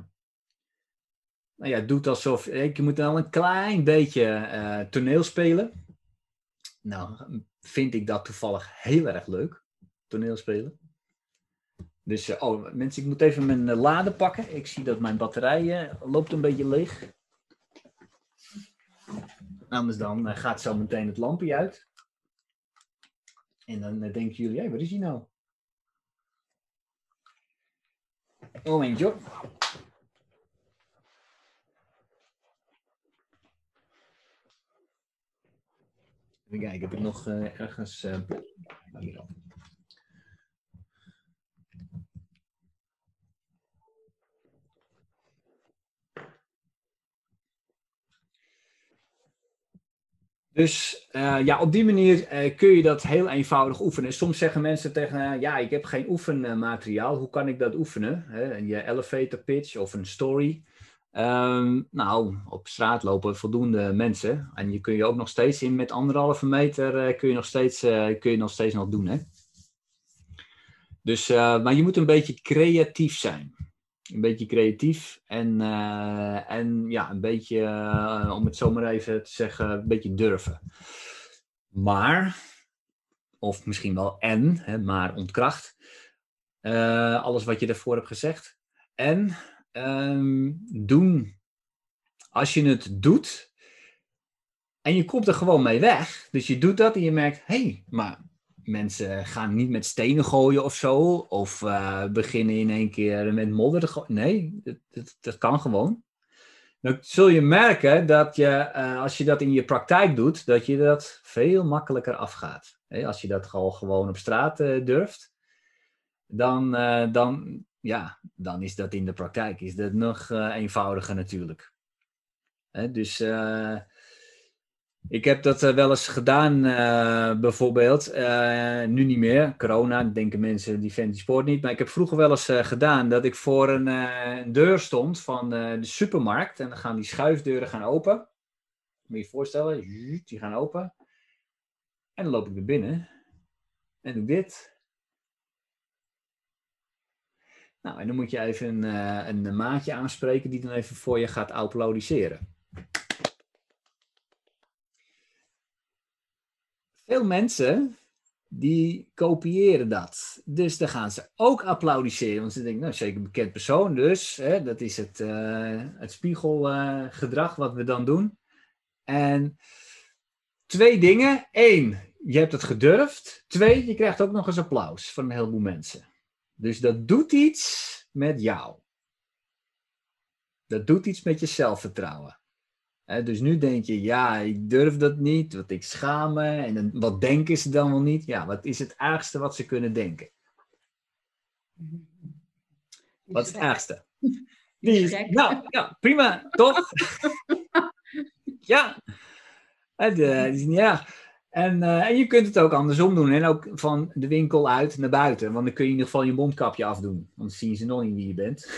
doet alsof, je moet wel een klein beetje toneel spelen. Nou, vind ik dat toevallig heel erg leuk, toneelspelen. Dus, mensen, ik moet even mijn lader pakken. Ik zie dat mijn batterij loopt een beetje leeg. Anders dan gaat zo meteen het lampje uit. En dan denken jullie, hé, waar is hij nou? Momentje. Even kijken, heb ik nog ergens... hier dan. Dus op die manier kun je dat heel eenvoudig oefenen. Soms zeggen mensen tegen, ik heb geen oefenmateriaal. Hoe kan ik dat oefenen? Je elevator pitch of een story. Op straat lopen voldoende mensen. En je kun je ook nog steeds met 1,5 meter kun je nog steeds doen. Hè? Dus, maar je moet een beetje creatief zijn. Een beetje creatief en een beetje, om het zo maar even te zeggen, een beetje durven. Maar, of misschien wel maar ontkracht. Alles wat je daarvoor hebt gezegd. En doen. Als je het doet en je komt er gewoon mee weg. Dus je doet dat en je merkt, maar mensen gaan niet met stenen gooien of zo. Of beginnen in één keer met modder te gooien. Nee, dat kan gewoon. Dan zul je merken dat je, als je dat in je praktijk doet, dat je dat veel makkelijker afgaat. Als je dat gewoon op straat durft, dan is dat in de praktijk is dat nog eenvoudiger natuurlijk. Dus ik heb dat wel eens gedaan, bijvoorbeeld. Nu niet meer, corona, denken mensen die vinden die sport niet. Maar ik heb vroeger wel eens gedaan dat ik voor een deur stond van de supermarkt. En dan gaan die schuifdeuren gaan open. Moet je je voorstellen, die gaan open. En dan loop ik er binnen. En doe dit. Nou, en dan moet je even een maatje aanspreken die dan even voor je gaat applaudisseren. Veel mensen die kopiëren dat. Dus dan gaan ze ook applaudisseren. Want ze denken, nou, zeker een bekend persoon. Dus dat is het spiegelgedrag wat we dan doen. En 2 dingen. 1, je hebt het gedurfd. 2, je krijgt ook nog eens applaus van een heleboel mensen. Dus dat doet iets met jou. Dat doet iets met je zelfvertrouwen. Dus nu denk je, ja, ik durf dat niet, want ik schaam me. En wat denken ze dan wel niet? Ja, wat is het ergste wat ze kunnen denken? Wat is het ergste? Nou, ja, prima, toch? Ja. Ja. En je kunt het ook andersom doen. En ook van de winkel uit naar buiten. Want dan kun je in ieder geval je mondkapje afdoen. Want dan zien ze nog niet wie je bent.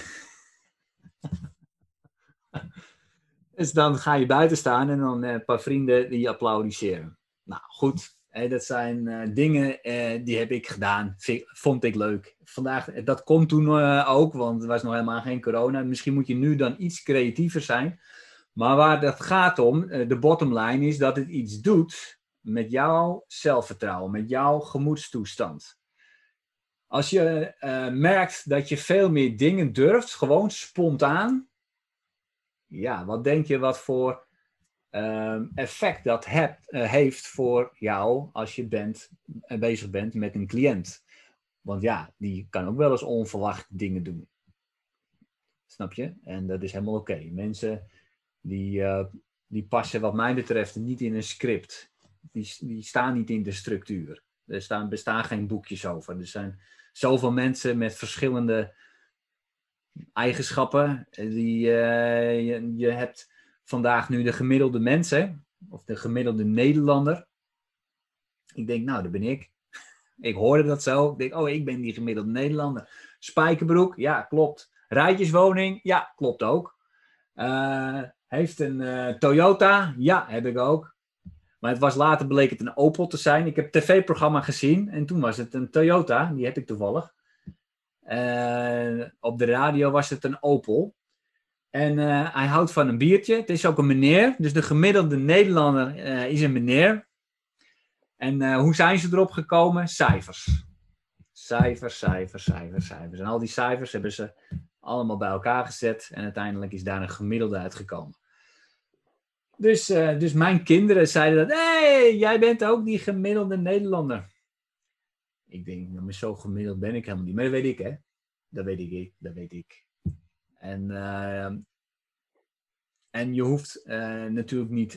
Dus dan ga je buiten staan en dan een paar vrienden die applaudisseren. Nou goed, dat zijn dingen die heb ik gedaan. Vond ik leuk. Vandaag, dat kon toen ook, want er was nog helemaal geen corona. Misschien moet je nu dan iets creatiever zijn. Maar waar dat gaat om, de bottom line is dat het iets doet met jouw zelfvertrouwen, met jouw gemoedstoestand. Als je merkt dat je veel meer dingen durft, gewoon spontaan. Ja, wat denk je wat voor effect dat heeft voor jou als je bezig bent met een cliënt? Want ja, die kan ook wel eens onverwachte dingen doen. Snap je? En dat is helemaal oké. Mensen die passen wat mij betreft niet in een script. Die staan niet in de structuur. Er bestaan geen boekjes over. Er zijn zoveel mensen met verschillende eigenschappen. Je hebt vandaag nu de gemiddelde mensen, of de gemiddelde Nederlander. Ik denk, nou, dat ben ik. Ik hoorde dat zo. Ik denk, oh, ik ben die gemiddelde Nederlander. Spijkerbroek, ja, klopt. Rijtjeswoning, ja, klopt ook. Heeft een Toyota, ja, heb ik ook. Maar het was later bleek het een Opel te zijn. Ik heb een tv-programma gezien en toen was het een Toyota. Die heb ik toevallig. Op de radio was het een Opel. En hij houdt van een biertje. Het is ook een meneer. Dus de gemiddelde Nederlander is een meneer. En hoe zijn ze erop gekomen? Cijfers. Cijfers. En al die cijfers hebben ze allemaal bij elkaar gezet. En uiteindelijk is daar een gemiddelde uitgekomen. Dus mijn kinderen zeiden dat, hey, jij bent ook die gemiddelde Nederlander. Ik denk, nou, maar zo gemiddeld ben ik helemaal niet. Maar dat weet ik, hè. Dat weet ik. En je hoeft natuurlijk niet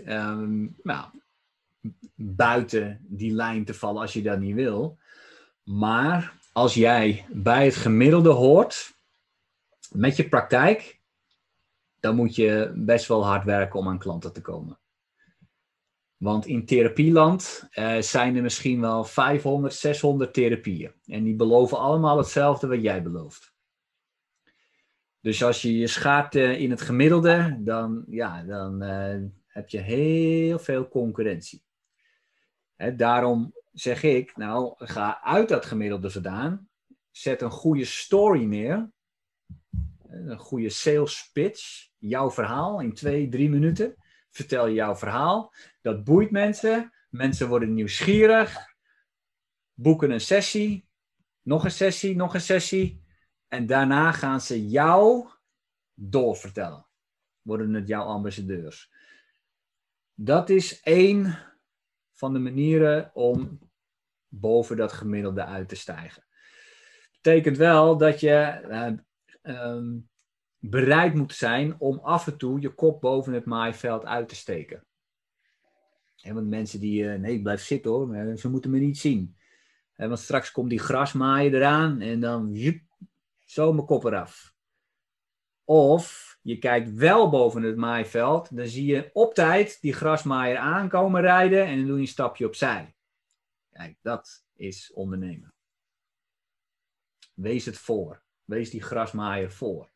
buiten die lijn te vallen als je dat niet wil. Maar als jij bij het gemiddelde hoort, met je praktijk, dan moet je best wel hard werken om aan klanten te komen. Want in therapieland zijn er misschien wel 500, 600 therapieën. En die beloven allemaal hetzelfde wat jij belooft. Dus als je je schaart in het gemiddelde, dan heb je heel veel concurrentie. Daarom zeg ik, nou, ga uit dat gemiddelde vandaan. Zet een goede story neer. Een goede sales pitch. Jouw verhaal in 2-3 minuten. Vertel je jouw verhaal. Dat boeit mensen. Mensen worden nieuwsgierig. Boeken een sessie. Nog een sessie. En daarna gaan ze jou doorvertellen. Worden het jouw ambassadeurs. Dat is 1 van de manieren om boven dat gemiddelde uit te stijgen. Betekent wel dat je bereid moet zijn om af en toe je kop boven het maaiveld uit te steken. Want mensen die, nee, blijf zitten hoor, ze moeten me niet zien. Want straks komt die grasmaaier eraan en dan zo mijn kop eraf. Of Je kijkt wel boven het maaiveld. Dan zie je op tijd die grasmaaier aankomen rijden en dan doe je een stapje opzij. Kijk, dat is ondernemen. Wees het voor. Wees die grasmaaier voor.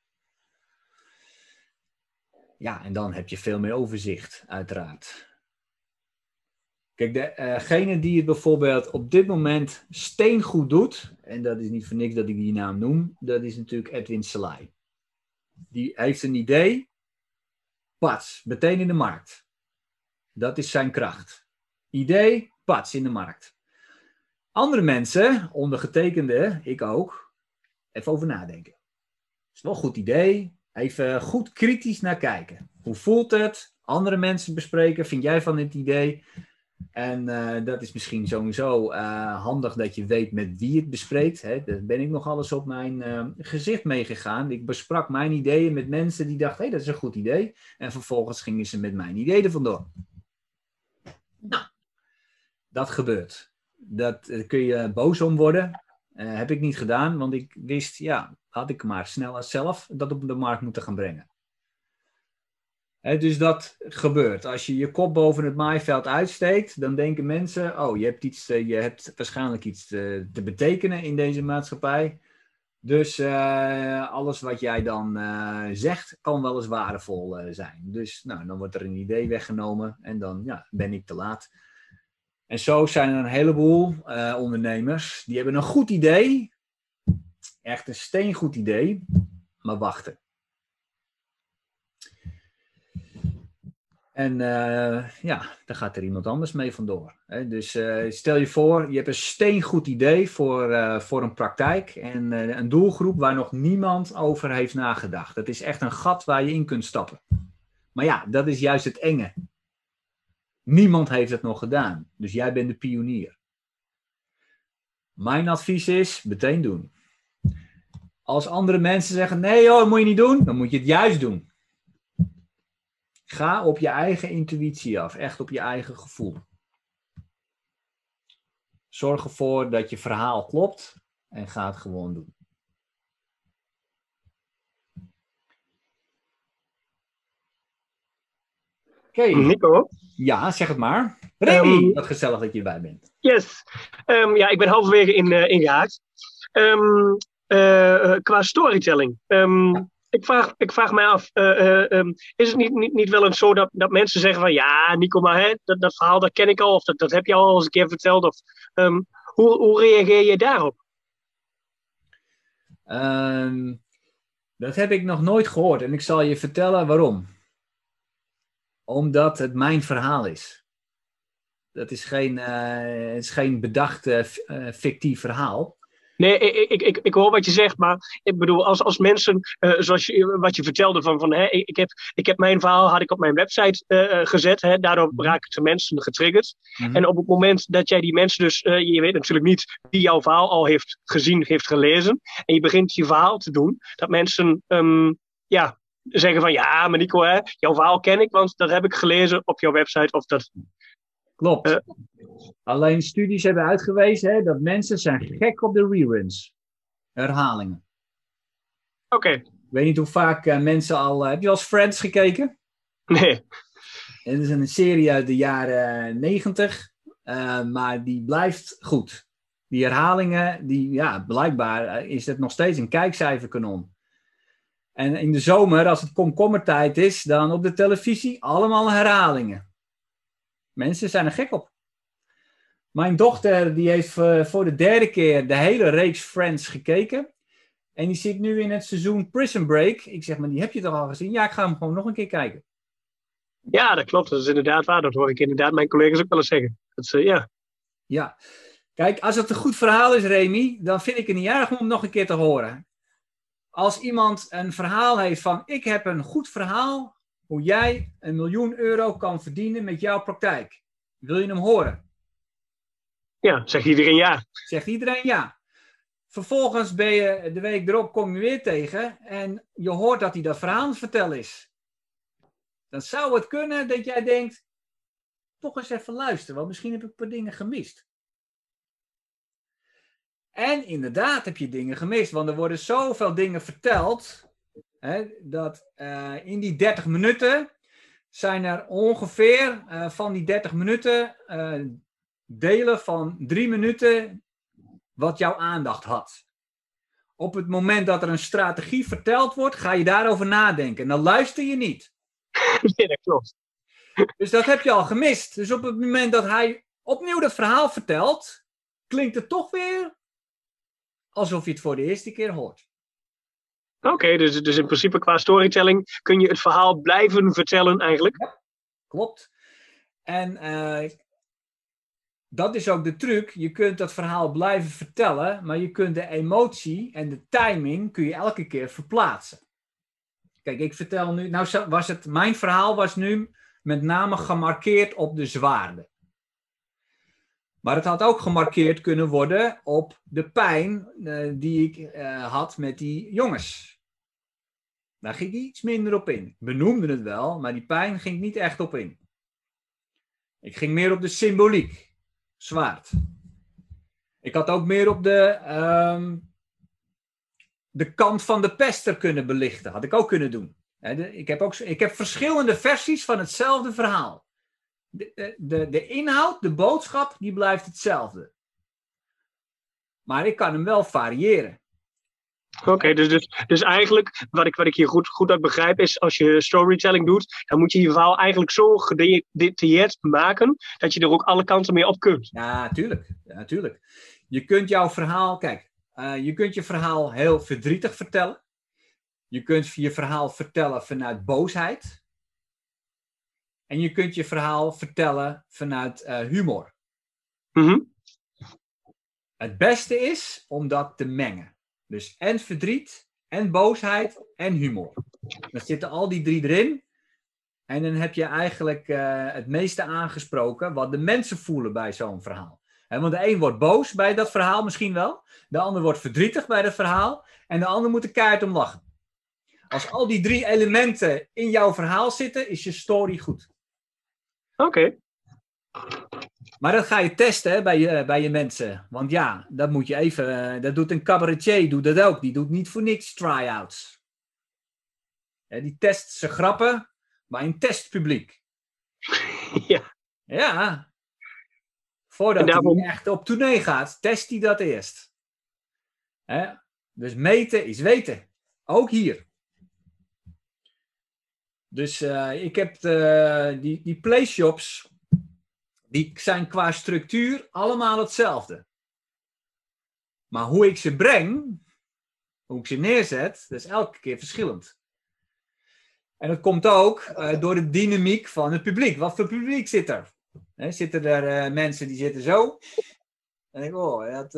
Ja, en dan heb je veel meer overzicht, uiteraard. Kijk, degene die het bijvoorbeeld op dit moment steengoed doet, en dat is niet voor niks dat ik die naam noem, dat is natuurlijk Edwin Selei. Die heeft een idee, pats, meteen in de markt. Dat is zijn kracht. Idee, pats, in de markt. Andere mensen, ondergetekende, ik ook, even over nadenken. Is wel een goed idee, even goed kritisch naar kijken. Hoe voelt het? Andere mensen bespreken, vind jij van het idee? En dat is misschien sowieso handig dat je weet met wie het bespreekt. Hè. Daar ben ik nog alles op mijn gezicht meegegaan. Ik besprak mijn ideeën met mensen die dachten, hé, dat is een goed idee. En vervolgens gingen ze met mijn idee er vandoor. Nou, dat gebeurt. Daar kun je boos om worden. Heb ik niet gedaan, want ik wist, ja, had ik maar snel zelf dat op de markt moeten gaan brengen. Dus dat gebeurt. Als je je kop boven het maaiveld uitsteekt, dan denken mensen, oh, je hebt waarschijnlijk iets te betekenen in deze maatschappij. Dus alles wat jij dan zegt, kan wel eens waardevol zijn. Dus nou, dan wordt er een idee weggenomen en dan ben ik te laat. En zo zijn er een heleboel ondernemers, die hebben een goed idee, echt een steengoed idee, maar wachten. En daar gaat er iemand anders mee vandoor. Hè? Dus stel je voor, je hebt een steengoed idee voor een praktijk en een doelgroep waar nog niemand over heeft nagedacht. Dat is echt een gat waar je in kunt stappen. Maar ja, dat is juist het enge. Niemand heeft het nog gedaan, dus jij bent de pionier. Mijn advies is, meteen doen. Als andere mensen zeggen, nee hoor, dat moet je niet doen, dan moet je het juist doen. Ga op je eigen intuïtie af, echt op je eigen gevoel. Zorg ervoor dat je verhaal klopt en ga het gewoon doen. Oké. Nico? Ja, zeg het maar. Remy, wat gezellig dat je erbij bent. Yes. Ik ben halverwege ingehaakt. Qua storytelling. Ik vraag mij af, is het niet wel eens zo dat mensen zeggen van ja, Nico, maar dat verhaal dat ken ik al, of dat heb je al eens een keer verteld, of hoe reageer je daarop? Dat heb ik nog nooit gehoord en ik zal je vertellen waarom. Omdat het mijn verhaal is. Dat is geen bedacht fictief verhaal. Nee, ik hoor wat je zegt, maar ik bedoel, als mensen, wat je vertelde van ik heb mijn verhaal had ik op mijn website gezet, daardoor raken mensen getriggerd. Mm-hmm. En op het moment dat jij die mensen dus, je weet natuurlijk niet wie jouw verhaal al heeft gezien, heeft gelezen, en je begint je verhaal te doen, dat mensen, zeggen van ja, maar Nico, jouw verhaal ken ik, want dat heb ik gelezen op jouw website, of dat... Klopt. Alleen studies hebben uitgewezen dat mensen zijn gek op de reruns. Herhalingen. Oké. Ik weet niet hoe vaak mensen al... heb je al eens Friends gekeken? Nee. Het is een serie uit de jaren 90. Maar die blijft goed. Die herhalingen, blijkbaar is het nog steeds een kijkcijferkanon. En in de zomer, als het komkommertijd is, dan op de televisie allemaal herhalingen. Mensen zijn er gek op. Mijn dochter die heeft voor de 3e keer de hele reeks Friends gekeken. En die zit nu in het seizoen Prison Break. Ik zeg, maar die heb je toch al gezien? Ja, ik ga hem gewoon nog een keer kijken. Ja, dat klopt. Dat is inderdaad waar. Dat hoor ik inderdaad mijn collega's ook wel eens zeggen. Ja. Kijk, als het een goed verhaal is, Remy, dan vind ik het niet erg om hem nog een keer te horen. Als iemand een verhaal heeft van, ik heb een goed verhaal hoe jij €1 miljoen kan verdienen met jouw praktijk. Wil je hem horen? Ja, zegt iedereen ja. Zegt iedereen ja. Vervolgens ben je de week erop, kom je weer tegen en je hoort dat hij dat verhaal aan het vertellen is. Dan zou het kunnen dat jij denkt, toch eens even luisteren, want misschien heb ik een paar dingen gemist. En inderdaad heb je dingen gemist, want er worden zoveel dingen verteld dat in die 30 minuten zijn er ongeveer van die 30 minuten delen van 3 minuten wat jouw aandacht had. Op het moment dat er een strategie verteld wordt, ga je daarover nadenken. En dan luister je niet. Nee, dat klopt. Dus dat heb je al gemist. Dus op het moment dat hij opnieuw dat verhaal vertelt, klinkt het toch weer alsof je het voor de eerste keer hoort. Oké, dus in principe qua storytelling kun je het verhaal blijven vertellen eigenlijk. Ja, klopt. En dat is ook de truc. Je kunt dat verhaal blijven vertellen, maar je kunt de emotie en de timing kun je elke keer verplaatsen. Kijk, ik vertel nu, mijn verhaal was nu met name gemarkeerd op de zwaarden. Maar het had ook gemarkeerd kunnen worden op de pijn die ik had met die jongens. Daar ging ik iets minder op in. Ik benoemde het wel, maar die pijn ging ik niet echt op in. Ik ging meer op de symboliek. Zwaard. Ik had ook meer op de kant van de pester kunnen belichten. Had ik ook kunnen doen. Ik heb verschillende versies van hetzelfde verhaal. De inhoud, de boodschap, die blijft hetzelfde. Maar ik kan hem wel variëren. Oké, dus eigenlijk, wat ik hier goed uit begrijp, is als je storytelling doet, dan moet je je verhaal eigenlijk zo gedetailleerd maken, dat je er ook alle kanten mee op kunt. Ja, tuurlijk. Je kunt jouw verhaal, je kunt je verhaal heel verdrietig vertellen. Je kunt je verhaal vertellen vanuit boosheid. En je kunt je verhaal vertellen vanuit humor. Mm-hmm. Het beste is om dat te mengen. Dus en verdriet, en boosheid, en humor. Dan zitten al die 3 erin. En dan heb je eigenlijk het meeste aangesproken wat de mensen voelen bij zo'n verhaal. Want de een wordt boos bij dat verhaal misschien wel. De ander wordt verdrietig bij dat verhaal. En de ander moet er keihard om lachen. Als al die 3 elementen in jouw verhaal zitten, is je story goed. Oké. Maar dat ga je testen hè, bij je mensen. Want ja, dat moet je even... dat doet een cabaretier, doet dat ook. Die doet niet voor niks try-outs. Die test zijn grappen bij een testpubliek. Ja. Ja. Voordat hij echt op tournee gaat, test hij dat eerst. Dus meten is weten. Ook hier. Dus ik heb die playshops... Die zijn qua structuur allemaal hetzelfde. Maar hoe ik ze breng, hoe ik ze neerzet, dat is elke keer verschillend. En dat komt ook door de dynamiek van het publiek. Wat voor publiek zit er? Zitten er mensen die zitten zo? Dan denk ik, dat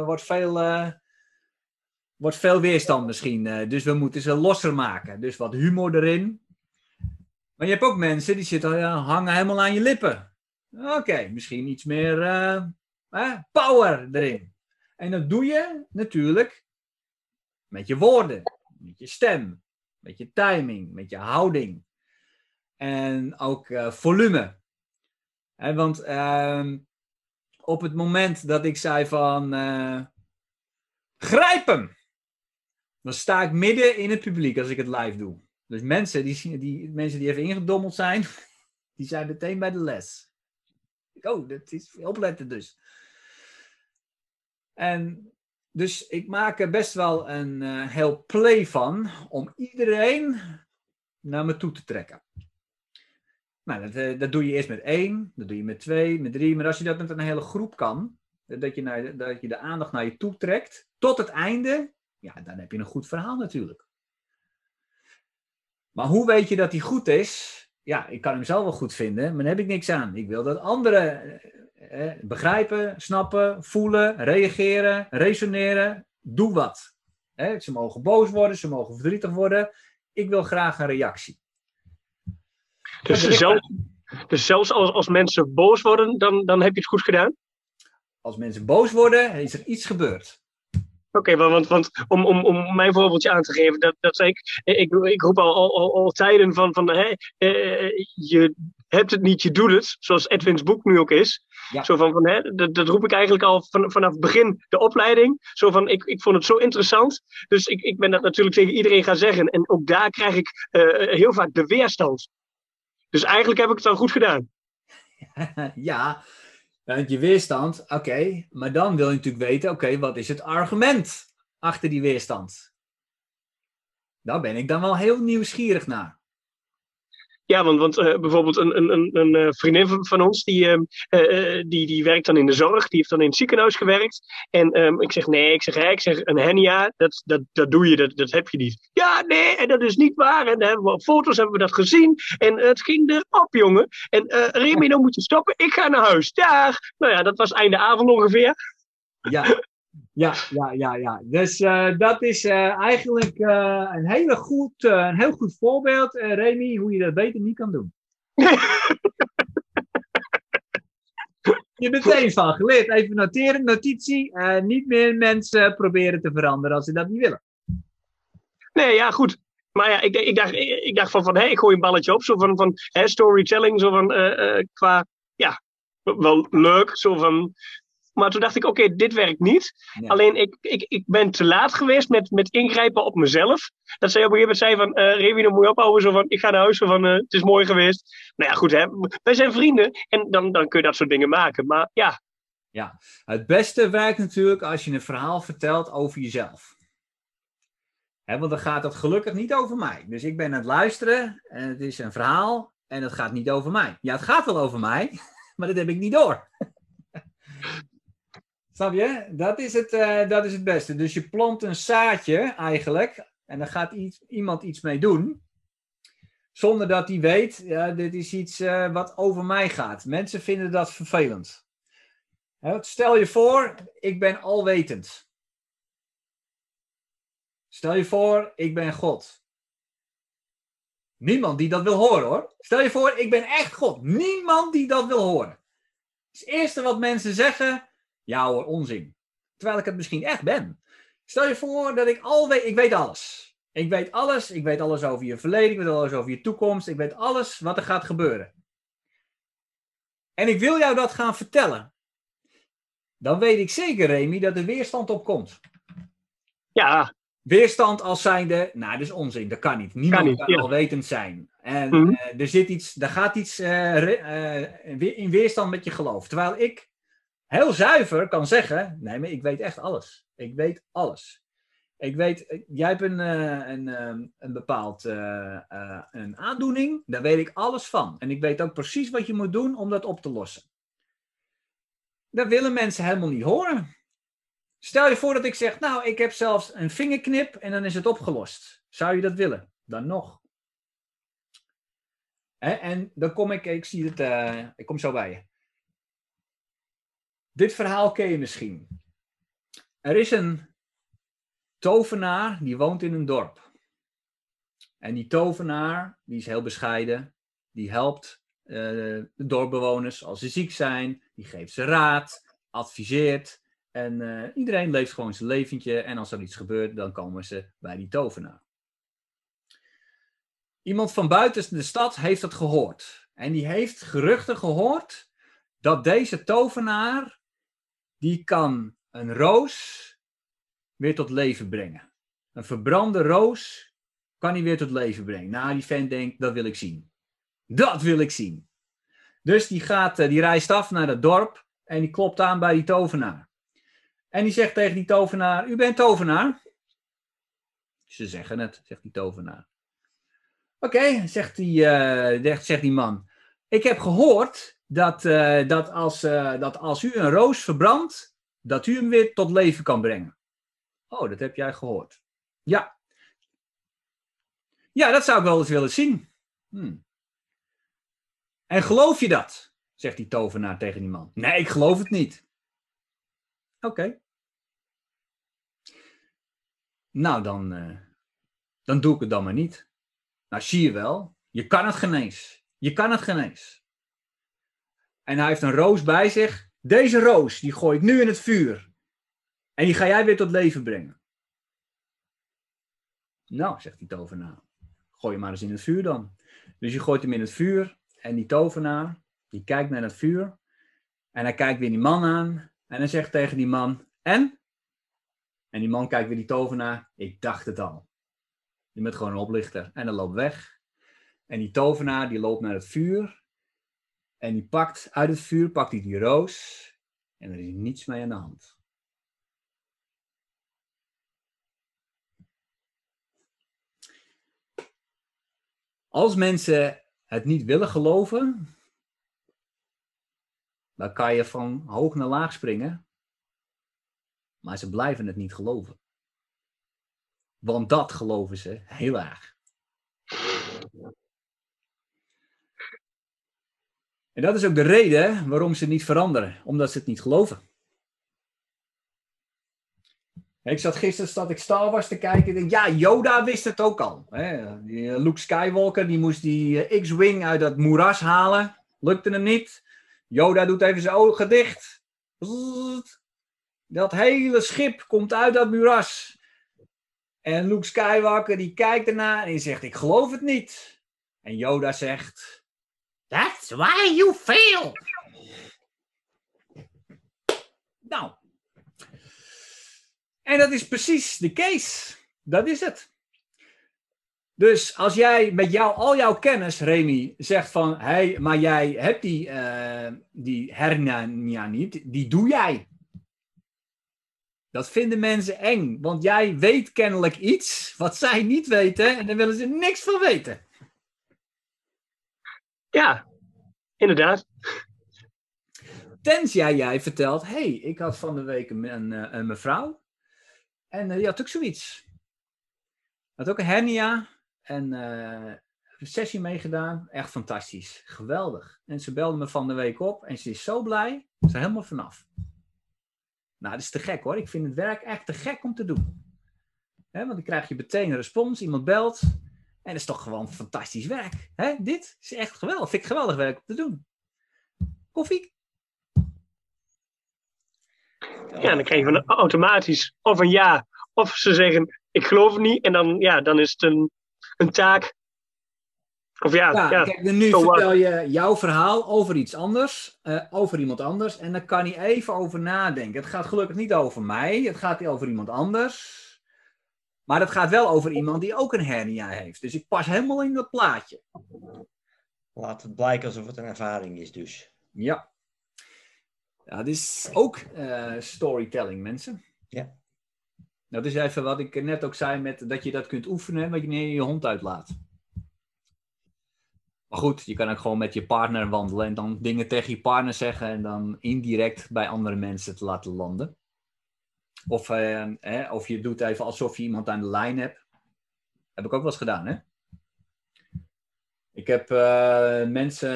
wordt veel weerstand misschien. Dus we moeten ze losser maken. Dus wat humor erin. Maar je hebt ook mensen die zitten hangen helemaal aan je lippen. Oké, misschien iets meer power erin. En dat doe je natuurlijk met je woorden, met je stem, met je timing, met je houding. En ook volume. Want op het moment dat ik zei van grijp hem, dan sta ik midden in het publiek als ik het live doe. Dus mensen die even ingedommeld zijn, die zijn meteen bij de les. Oh, dat is opletten dus. En dus ik maak er best wel een heel play van om iedereen naar me toe te trekken. Nou, dat doe je eerst met 1, dat doe je met 2, met 3. Maar als je dat met een hele groep kan, dat je de aandacht naar je toe trekt, tot het einde, ja, dan heb je een goed verhaal natuurlijk. Maar hoe weet je dat die goed is? Ja, ik kan hem zelf wel goed vinden, maar daar heb ik niks aan. Ik wil dat anderen begrijpen, snappen, voelen, reageren, resoneren. Doe wat. Ze mogen boos worden, ze mogen verdrietig worden. Ik wil graag een reactie. Dus zelfs als mensen boos worden, dan heb je het goed gedaan? Als mensen boos worden, is er iets gebeurd. Oké, want om mijn voorbeeldje aan te geven, dat zei ik roep al tijden van hebt het niet, je doet het. Zoals Edwin's boek nu ook is. Ja. Zo van hè, dat roep ik eigenlijk al vanaf het begin de opleiding. Zo van, ik vond het zo interessant. Dus ik ben dat natuurlijk tegen iedereen gaan zeggen. En ook daar krijg ik heel vaak de weerstand. Dus eigenlijk heb ik het dan goed gedaan. Ja, want je weerstand, oké. Maar dan wil je natuurlijk weten, oké, wat is het argument achter die weerstand? Daar ben ik dan wel heel nieuwsgierig naar. Ja, want bijvoorbeeld een vriendin van ons, die werkt dan in de zorg. Die heeft dan in het ziekenhuis gewerkt. En ik zeg, nee, ik zeg een hernia, dat doe je, dat heb je niet. Ja, nee, en dat is niet waar. En op foto's hebben we dat gezien. En het ging erop, jongen. En Remy, dan moet je stoppen. Ik ga naar huis. Dag. Nou ja, dat was einde avond ongeveer. Ja. Dus dat is eigenlijk een heel goed voorbeeld, Remy, hoe je dat beter niet kan doen. Je bent er van geleerd. Even noteren, notitie. Niet meer mensen proberen te veranderen als ze dat niet willen. Nee, ja, goed. Maar ja, ik dacht van ik gooi een balletje op. Zo van storytelling. Zo van qua, ja, wel leuk. Zo van... Maar toen dacht ik, oké, dit werkt niet. Ja. Alleen ik ben te laat geweest met ingrijpen op mezelf. Dat zij op een gegeven moment zei van, Remy, dan moet je ophouden. Zo van, ik ga naar huis. Zo van, het is mooi geweest. Nou ja, goed, hè. Wij zijn vrienden. En dan kun je dat soort dingen maken. Maar ja. Ja, het beste werkt natuurlijk als je een verhaal vertelt over jezelf. Want dan gaat het gelukkig niet over mij. Dus ik ben aan het luisteren. En het is een verhaal. En het gaat niet over mij. Ja, het gaat wel over mij. Maar dat heb ik niet door. Snap je? Dat is het beste. Dus je plant een zaadje eigenlijk. En dan gaat iemand iets mee doen. Zonder dat hij weet, ja, dit is iets wat over mij gaat. Mensen vinden dat vervelend. Stel je voor, ik ben alwetend. Stel je voor, ik ben God. Niemand die dat wil horen, hoor. Stel je voor, ik ben echt God. Niemand die dat wil horen. Het eerste wat mensen zeggen... Ja hoor, onzin. Terwijl ik het misschien echt ben. Stel je voor dat ik weet alles. Ik weet alles. Ik weet alles over je verleden. Ik weet alles over je toekomst. Ik weet alles wat er gaat gebeuren. En ik wil jou dat gaan vertellen. Dan weet ik zeker, Remy, dat er weerstand op komt. Ja. Weerstand als zijnde, nou, dat is onzin. Dat kan niet. Niemand kan alwetend zijn. En er gaat iets in weerstand met je geloof. Terwijl ik heel zuiver kan zeggen, nee, maar ik weet echt alles. Ik weet alles. Ik weet, jij hebt een bepaald een aandoening, daar weet ik alles van. En ik weet ook precies wat je moet doen om dat op te lossen. Dat willen mensen helemaal niet horen. Stel je voor dat ik zeg, nou, ik heb zelfs een vingerknip en dan is het opgelost. Zou je dat willen? Dan nog. En dan kom ik zie het, ik kom zo bij je. Dit verhaal ken je misschien. Er is een tovenaar die woont in een dorp. En die tovenaar, die is heel bescheiden. Die helpt de dorpbewoners als ze ziek zijn. Die geeft ze raad, adviseert. En iedereen leeft gewoon zijn leventje. En als er iets gebeurt, dan komen ze bij die tovenaar. Iemand van buiten de stad heeft dat gehoord. En die heeft geruchten gehoord dat deze tovenaar, die kan een roos weer tot leven brengen. Een verbrande roos kan hij weer tot leven brengen. Nou, die vent denkt, dat wil ik zien. Dat wil ik zien. Dus die reist af naar het dorp en die klopt aan bij die tovenaar. En die zegt tegen die tovenaar, u bent tovenaar? Ze zeggen het, zegt die tovenaar. Oké, zegt die man. Ik heb gehoord dat als u een roos verbrandt, dat u hem weer tot leven kan brengen. Oh, dat heb jij gehoord. Ja. Ja, dat zou ik wel eens willen zien. En geloof je dat? Zegt die tovenaar tegen die man. Nee, ik geloof het niet. Oké. Nou, dan doe ik het dan maar niet. Nou, zie je wel. Je kan het genees. Je kan het genees. En hij heeft een roos bij zich. Deze roos, die gooi ik nu in het vuur. En die ga jij weer tot leven brengen. Nou, zegt die tovenaar. Gooi hem maar eens in het vuur dan. Dus je gooit hem in het vuur. En die tovenaar, die kijkt naar het vuur. En hij kijkt weer die man aan. En hij zegt tegen die man, en? En die man kijkt weer die tovenaar. Ik dacht het al. Je bent gewoon een oplichter. En hij loopt weg. En die tovenaar, die loopt naar het vuur. En die pakt uit het vuur, pakt hij die roos. En er is niets mee aan de hand. Als mensen het niet willen geloven, dan kan je van hoog naar laag springen. Maar ze blijven het niet geloven. Want dat geloven ze heel erg. En dat is ook de reden waarom ze niet veranderen. Omdat ze het niet geloven. Ik zat gisteren Star Wars te kijken. Ik denk, ja, Yoda wist het ook al. Die Luke Skywalker, die moest die X-Wing uit dat moeras halen. Lukte hem niet. Yoda doet even zijn ogen dicht. Dat hele schip komt uit dat moeras. En Luke Skywalker, die kijkt ernaar en die zegt, ik geloof het niet. En Yoda zegt, that's why you fail. Nou. En dat is precies de case. Dat is het. Dus als jij met al jouw kennis, Remy, zegt van, hey, maar jij hebt die hernia niet, die doe jij. Dat vinden mensen eng, want jij weet kennelijk iets wat zij niet weten en daar willen ze niks van weten. Ja, inderdaad. Tenzij jij vertelt, hey, ik had van de week een mevrouw en die had ook zoiets. Had ook een hernia en een sessie meegedaan. Echt fantastisch, geweldig. En ze belde me van de week op en ze is zo blij, ze is er helemaal vanaf. Nou, dat is te gek hoor. Ik vind het werk echt te gek om te doen. Want dan krijg je meteen een respons. Iemand belt. En dat is toch gewoon fantastisch werk. Dit is echt geweldig. Vind ik geweldig werk om te doen. Koffie? Ja, dan krijg je van automatisch of een ja. Of ze zeggen, ik geloof het niet. En dan is het een taak. Of ja. Kijk, nu vertel je jouw verhaal over iets anders, over iemand anders, en dan kan hij even over nadenken. Het gaat gelukkig niet over mij, het gaat over iemand anders, maar het gaat wel over iemand die ook een hernia heeft. Dus ik pas helemaal in dat plaatje. Laat het blijken alsof het een ervaring is dus. Ja. Ja, dit is ook storytelling, mensen. Ja. Dat is even wat ik net ook zei, met dat je dat kunt oefenen wanneer je je hond uitlaat. Maar goed, je kan ook gewoon met je partner wandelen en dan dingen tegen je partner zeggen en dan indirect bij andere mensen te laten landen. Of je doet even alsof je iemand aan de lijn hebt. Heb ik ook wel eens gedaan, hè? Ik heb mensen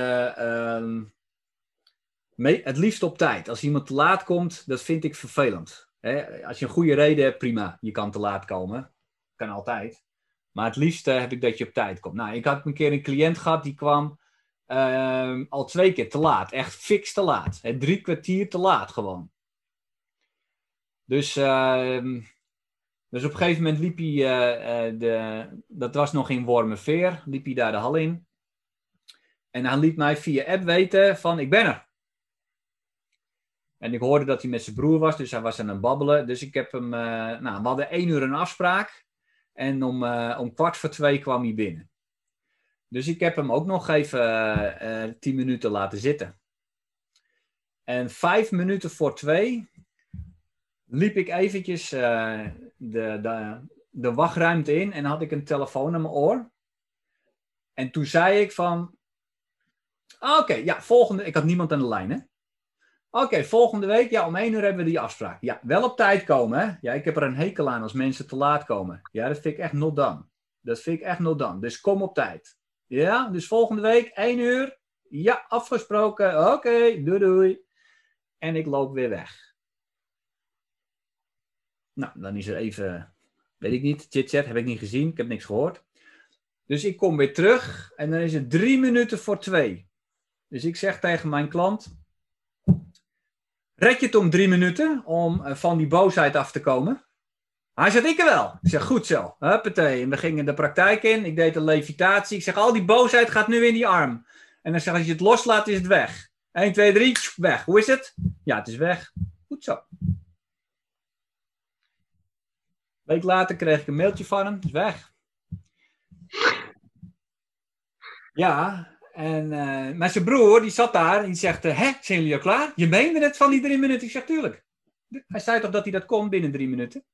het liefst op tijd. Als iemand te laat komt, dat vind ik vervelend. Als je een goede reden hebt, prima. Je kan te laat komen. Kan altijd. Maar het liefst heb ik dat je op tijd komt. Nou, ik had een keer een cliënt gehad, die kwam al 2 keer te laat. Echt fix te laat. 3 kwartier te laat gewoon. Dus op een gegeven moment liep hij, dat was nog in Wormerveer, liep hij daar de hal in. En hij liet mij via app weten van, ik ben er. En ik hoorde dat hij met zijn broer was, dus hij was aan het babbelen. Dus ik heb hem, we hadden 1 uur een afspraak. En om 1:15 kwam hij binnen. Dus ik heb hem ook nog even 10 minuten laten zitten. En 5 minuten voor 2 liep ik eventjes de wachtruimte in en had ik een telefoon aan mijn oor. En toen zei ik van, volgende, ik had niemand aan de lijn, hè. Oké, volgende week, ja, om 1 uur hebben we die afspraak. Ja, wel op tijd komen, hè. Ja, ik heb er een hekel aan als mensen te laat komen. Ja, dat vind ik echt not done. Dat vind ik echt not done. Dus kom op tijd. Ja, dus volgende week, 1 uur. Ja, afgesproken. Oké, doei doei. En ik loop weer weg. Nou, dan is er even, weet ik niet, chit-chat, heb ik niet gezien. Ik heb niks gehoord. Dus ik kom weer terug en dan is het 3 minuten voor 2. Dus ik zeg tegen mijn klant, red je het om 3 minuten om van die boosheid af te komen? Hij zegt, ik er wel. Ik zeg, goed zo. Huppatee. En we gingen de praktijk in. Ik deed een levitatie. Ik zeg, al die boosheid gaat nu in die arm. En dan zeg als je het loslaat, is het weg. 1, 2, 3, weg. Hoe is het? Ja, het is weg. Goed zo. Een week later kreeg ik een mailtje van hem. Het is weg. Ja, maar zijn broer, die zat daar en die zegt, hè, zijn jullie al klaar? Je meende het van die 3 minuten? Ik zeg, tuurlijk. Hij zei toch dat hij dat kon binnen 3 minuten?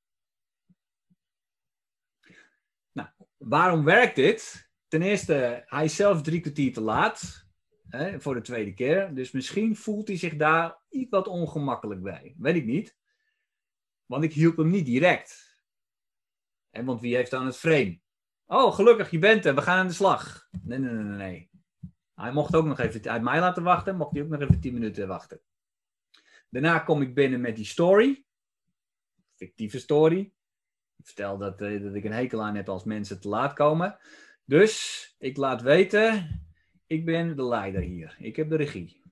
Nou, waarom werkt dit? Ten eerste, hij is zelf 3 kwartier te laat. Voor de tweede keer. Dus misschien voelt hij zich daar iets wat ongemakkelijk bij. Weet ik niet. Want ik hielp hem niet direct. Want wie heeft dan het frame? Oh, gelukkig, je bent er. We gaan aan de slag. Nee. Hij mocht ook nog even uit mij laten wachten. Mocht hij ook nog even 10 minuten wachten. Daarna kom ik binnen met die story. Fictieve story. Ik vertel dat ik een hekel aan heb als mensen te laat komen. Dus ik laat weten, ik ben de leider hier. Ik heb de regie.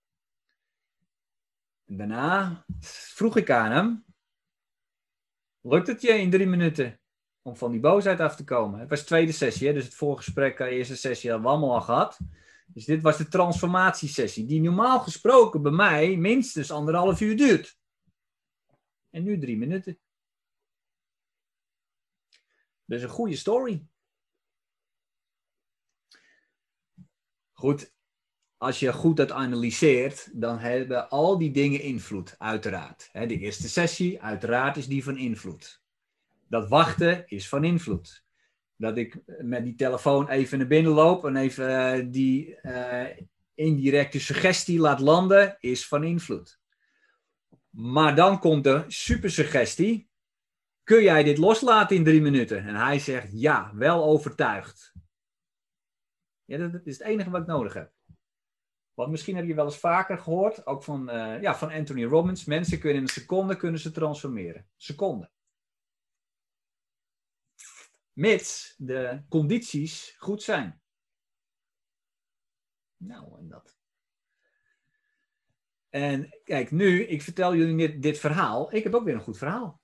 En daarna vroeg ik aan hem, lukt het je in 3 minuten om van die boosheid af te komen? Het was de tweede sessie, hè? Dus het voorgesprek, de eerste sessie hadden we allemaal al gehad. Dus dit was de transformatiesessie, die normaal gesproken bij mij minstens 1,5 uur duurt. En nu 3 minuten. Dus een goede story. Goed, als je goed dat analyseert, dan hebben al die dingen invloed, uiteraard. De eerste sessie, uiteraard is die van invloed. Dat wachten is van invloed. Dat ik met die telefoon even naar binnen loop en even die indirecte suggestie laat landen, is van invloed. Maar dan komt de supersuggestie. Kun jij dit loslaten in 3 minuten? En hij zegt ja, wel overtuigd. Ja, dat is het enige wat ik nodig heb. Want misschien heb je wel eens vaker gehoord, ook van Anthony Robbins. Mensen kunnen in een seconde transformeren. Seconde. Mits de condities goed zijn. Nou, en dat. En kijk, nu, ik vertel jullie dit verhaal. Ik heb ook weer een goed verhaal.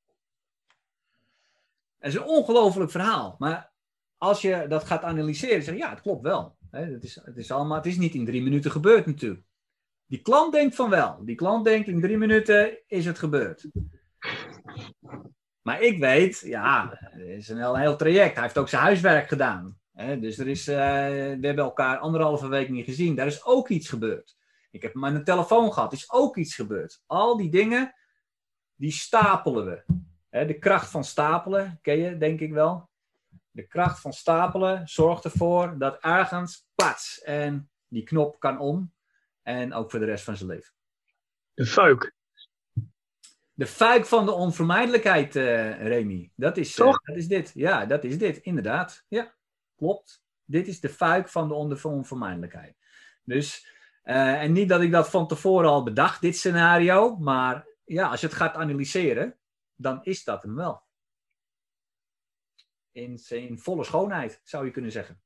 Het is een ongelooflijk verhaal. Maar als je dat gaat analyseren, zeg je, ja, het klopt wel. Het is niet in 3 minuten gebeurd natuurlijk. Die klant denkt van wel. Die klant denkt in 3 minuten is het gebeurd. Maar ik weet, ja, het is een heel traject. Hij heeft ook zijn huiswerk gedaan. Dus we hebben elkaar 1,5 week niet gezien. Daar is ook iets gebeurd. Ik heb hem aan de telefoon gehad. Er is ook iets gebeurd. Al die dingen, die stapelen we. De kracht van stapelen, ken je denk ik wel. De kracht van stapelen zorgt ervoor dat ergens, pats, en die knop kan om. En ook voor de rest van zijn leven. De fuik. De fuik van de onvermijdelijkheid, Remy. Dat is dit. Ja, dat is dit, inderdaad. Ja, klopt. Dit is de fuik van de onvermijdelijkheid. Dus, en niet dat ik dat van tevoren al bedacht, dit scenario. Maar ja, als je het gaat analyseren, dan is dat hem wel. In zijn volle schoonheid, zou je kunnen zeggen.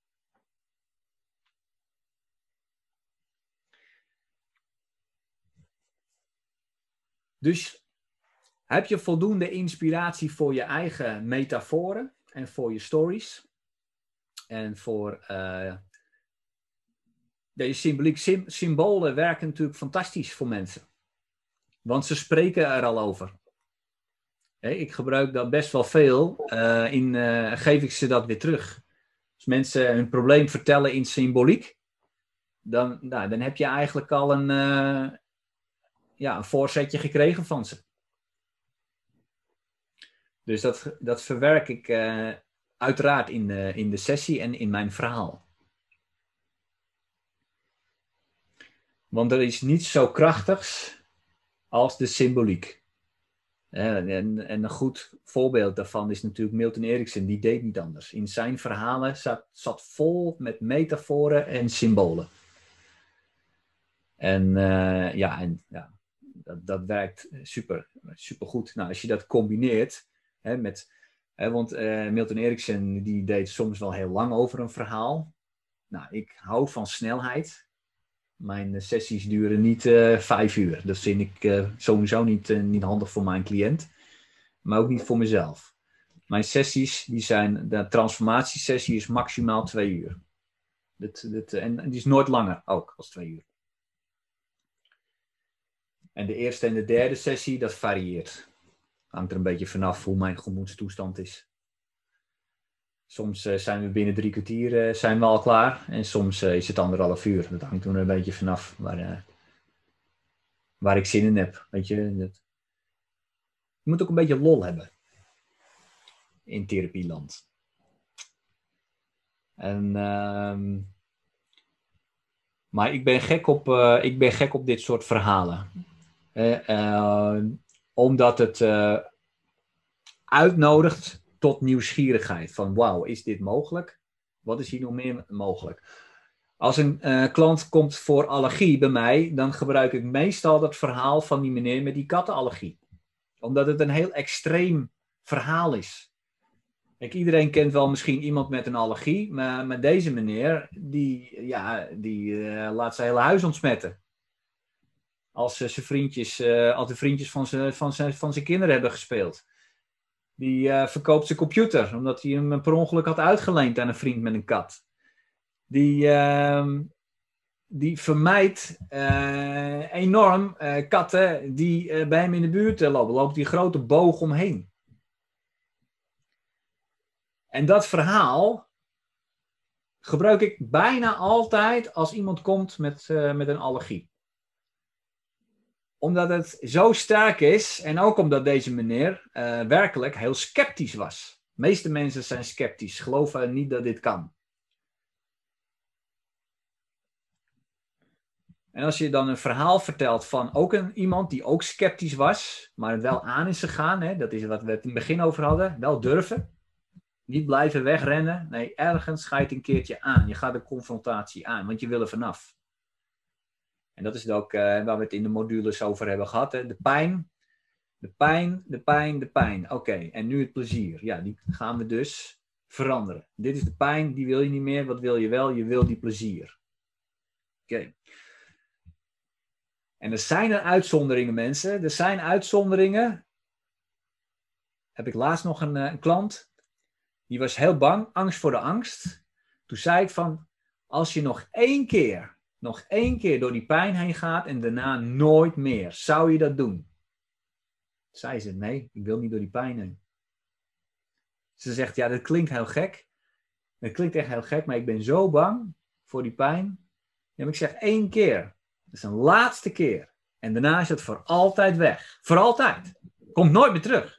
Dus heb je voldoende inspiratie voor je eigen metaforen en voor je stories? En voor deze symboliek. Symbolen werken natuurlijk fantastisch voor mensen. Want ze spreken er al over. Ik gebruik dat best wel veel. Geef ik ze dat weer terug. Als mensen hun probleem vertellen in symboliek, dan heb je eigenlijk al een voorzetje gekregen van ze. Dus dat verwerk ik uiteraard in de sessie en in mijn verhaal. Want er is niets zo krachtigs als de symboliek. En een goed voorbeeld daarvan is natuurlijk Milton Erickson. Die deed niet anders. In zijn verhalen zat vol met metaforen en symbolen. Dat werkt super goed. Nou, als je dat combineert want Milton Erickson die deed soms wel heel lang over een verhaal. Nou, ik hou van snelheid. Mijn sessies duren niet 5 uur. Dat vind ik sowieso niet handig voor mijn cliënt. Maar ook niet voor mezelf. Mijn sessies, de transformatiesessie is maximaal 2 uur. En die is nooit langer ook als 2 uur. En de eerste en de derde sessie, dat varieert. Hangt er een beetje vanaf hoe mijn gemoedstoestand is. Soms zijn we binnen 3 kwartier zijn we al klaar. En soms is het 1,5 uur. Dat hangt er een beetje vanaf waar ik zin in heb. Weet je, je moet ook een beetje lol hebben. In therapieland. Maar ik ben gek op dit soort verhalen. Omdat het uitnodigt tot nieuwsgierigheid. Van wauw, is dit mogelijk? Wat is hier nog meer mogelijk? Als een klant komt voor allergie bij mij, dan gebruik ik meestal dat verhaal van die meneer met die kattenallergie. Omdat het een heel extreem verhaal is. Kijk, iedereen kent wel misschien iemand met een allergie, maar met deze meneer, die laat zijn hele huis ontsmetten. Als de vriendjes van zijn kinderen hebben gespeeld. Die verkoopt zijn computer, omdat hij hem per ongeluk had uitgeleend aan een vriend met een kat. Die vermijdt enorm katten die bij hem in de buurt lopen. Loopt die grote boog omheen. En dat verhaal gebruik ik bijna altijd als iemand komt met een allergie. Omdat het zo sterk is en ook omdat deze meneer werkelijk heel sceptisch was. De meeste mensen zijn sceptisch, geloven niet dat dit kan. En als je dan een verhaal vertelt van ook iemand die ook sceptisch was, maar het wel aan is gegaan, hè, dat is wat we het in het begin over hadden, wel durven. Niet blijven wegrennen. Nee, ergens ga je het een keertje aan. Je gaat de confrontatie aan, want je wil er vanaf. En dat is het ook waar we het in de modules over hebben gehad. Hè? De pijn, de pijn, de pijn, de pijn. Oké, en nu het plezier. Ja, die gaan we dus veranderen. Dit is de pijn, die wil je niet meer. Wat wil je wel? Je wil die plezier. Oké. En er zijn uitzonderingen, mensen. Er zijn uitzonderingen. Heb ik laatst nog een klant. Die was heel bang, angst voor de angst. Toen zei ik van, als je nog één keer door die pijn heen gaat en daarna nooit meer, zou je dat doen? Zei ze, nee, ik wil niet door die pijn heen. Ze zegt, ja, dat klinkt heel gek. Dat klinkt echt heel gek, maar ik ben zo bang voor die pijn. Ja, maar ik zeg 1 keer. Dat is een laatste keer. En daarna is het voor altijd weg. Voor altijd. Komt nooit meer terug.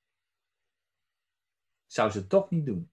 Zou ze het toch niet doen?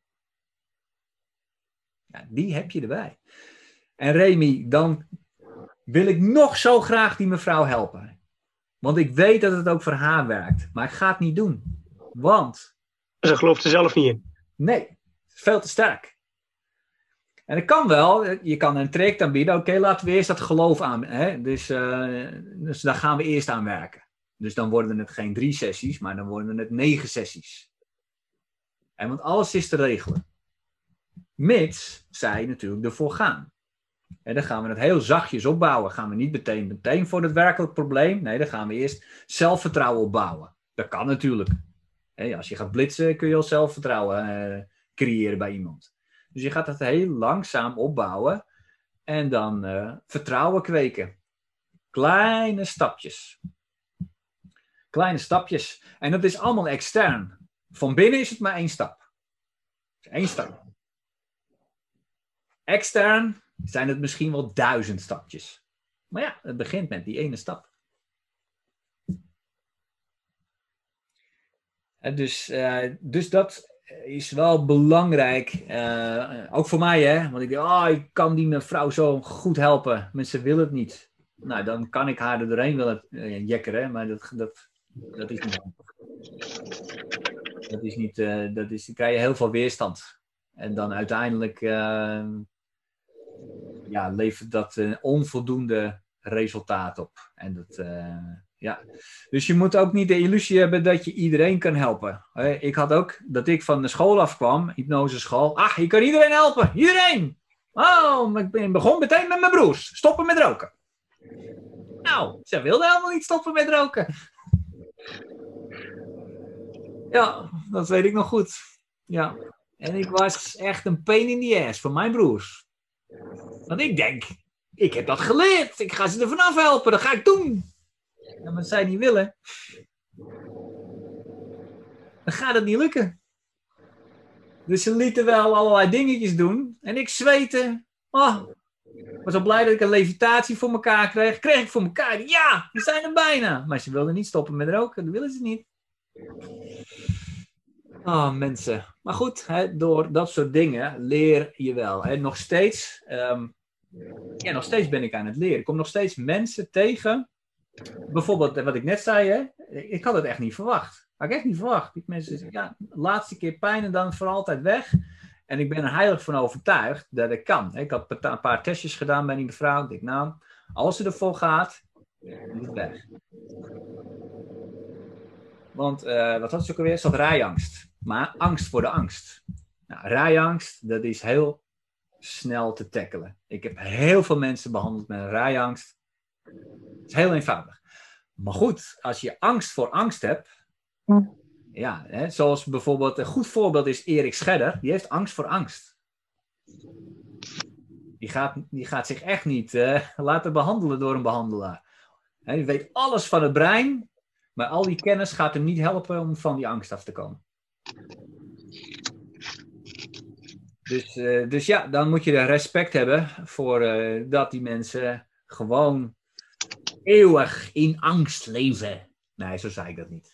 Ja, die heb je erbij. En Remy, dan wil ik nog zo graag die mevrouw helpen. Want ik weet dat het ook voor haar werkt. Maar ik ga het niet doen. Want... Ze gelooft er zelf niet in. Nee, het is veel te sterk. En dat kan wel. Je kan een traject aanbieden. Oké, laten we eerst dat geloof aan. Hè? Dus daar gaan we eerst aan werken. Dus dan worden het geen 3 sessies, maar dan worden het 9 sessies. En want alles is te regelen. Mits zij natuurlijk ervoor gaan. En dan gaan we het heel zachtjes opbouwen. Gaan we niet meteen voor het werkelijk probleem. Nee, dan gaan we eerst zelfvertrouwen opbouwen. Dat kan natuurlijk. Als je gaat blitsen kun je al zelfvertrouwen creëren bij iemand. Dus je gaat het heel langzaam opbouwen. En dan vertrouwen kweken. Kleine stapjes. Kleine stapjes. En dat is allemaal extern. Van binnen is het maar 1 stap. 1 stap. Extern zijn het misschien wel 1000 stapjes. Maar ja, het begint met die ene stap. Dus dat is wel belangrijk. Ook voor mij, hè. Want ik denk, ik kan die mevrouw zo goed helpen. Mensen willen het niet. Nou, dan kan ik haar er doorheen willen jekkeren. Maar dat is niet. Dan krijg je heel veel weerstand. En dan uiteindelijk levert dat onvoldoende resultaat op. En dat, Dus je moet ook niet de illusie hebben dat je iedereen kan helpen. Ik had ook dat ik van de school afkwam, hypnoseschool. Je kan iedereen helpen. Iedereen! Maar ik begon meteen met mijn broers. Stoppen met roken. Nou, ze wilden helemaal niet stoppen met roken. Ja, dat weet ik nog goed. Ja. En ik was echt een pain in the ass voor mijn broers. Want ik denk, ik heb dat geleerd. Ik ga ze er vanaf helpen. Dat ga ik doen. Ja, maar als zij niet willen, dan gaat het niet lukken. Dus ze lieten wel allerlei dingetjes doen. En ik zweette. Oh, ik was al blij dat ik een levitatie voor elkaar kreeg. Kreeg ik voor elkaar? Ja, we zijn er bijna. Maar ze wilden niet stoppen met roken. Dat willen ze niet. Oh, mensen. Maar goed, hè, door dat soort dingen leer je wel. Hè. Nog steeds ben ik aan het leren. Ik kom nog steeds mensen tegen. Bijvoorbeeld, wat ik net zei, hè. Ik had het echt niet verwacht. Had ik echt niet verwacht. Die mensen zeggen, ja, laatste keer pijn en dan voor altijd weg. En ik ben er heilig van overtuigd dat ik kan. Ik had een paar testjes gedaan bij die mevrouw. Ik dacht, nou, als ze ervoor gaat, is het weg. Want, wat had ze ook alweer? Ze had rijangst. Maar angst voor de angst. Nou, rijangst, dat is heel snel te tackelen. Ik heb heel veel mensen behandeld met een rijangst. Het is heel eenvoudig. Maar goed, als je angst voor angst hebt. Ja, hè, zoals bijvoorbeeld, een goed voorbeeld is Erik Scherder. Die heeft angst voor angst. Die gaat zich echt niet laten behandelen door een behandelaar. Hè, die weet alles van het brein. Maar al die kennis gaat hem niet helpen om van die angst af te komen. Dus ja, dan moet je er respect hebben voor dat die mensen gewoon eeuwig in angst leven. Nee, zo zei ik dat niet.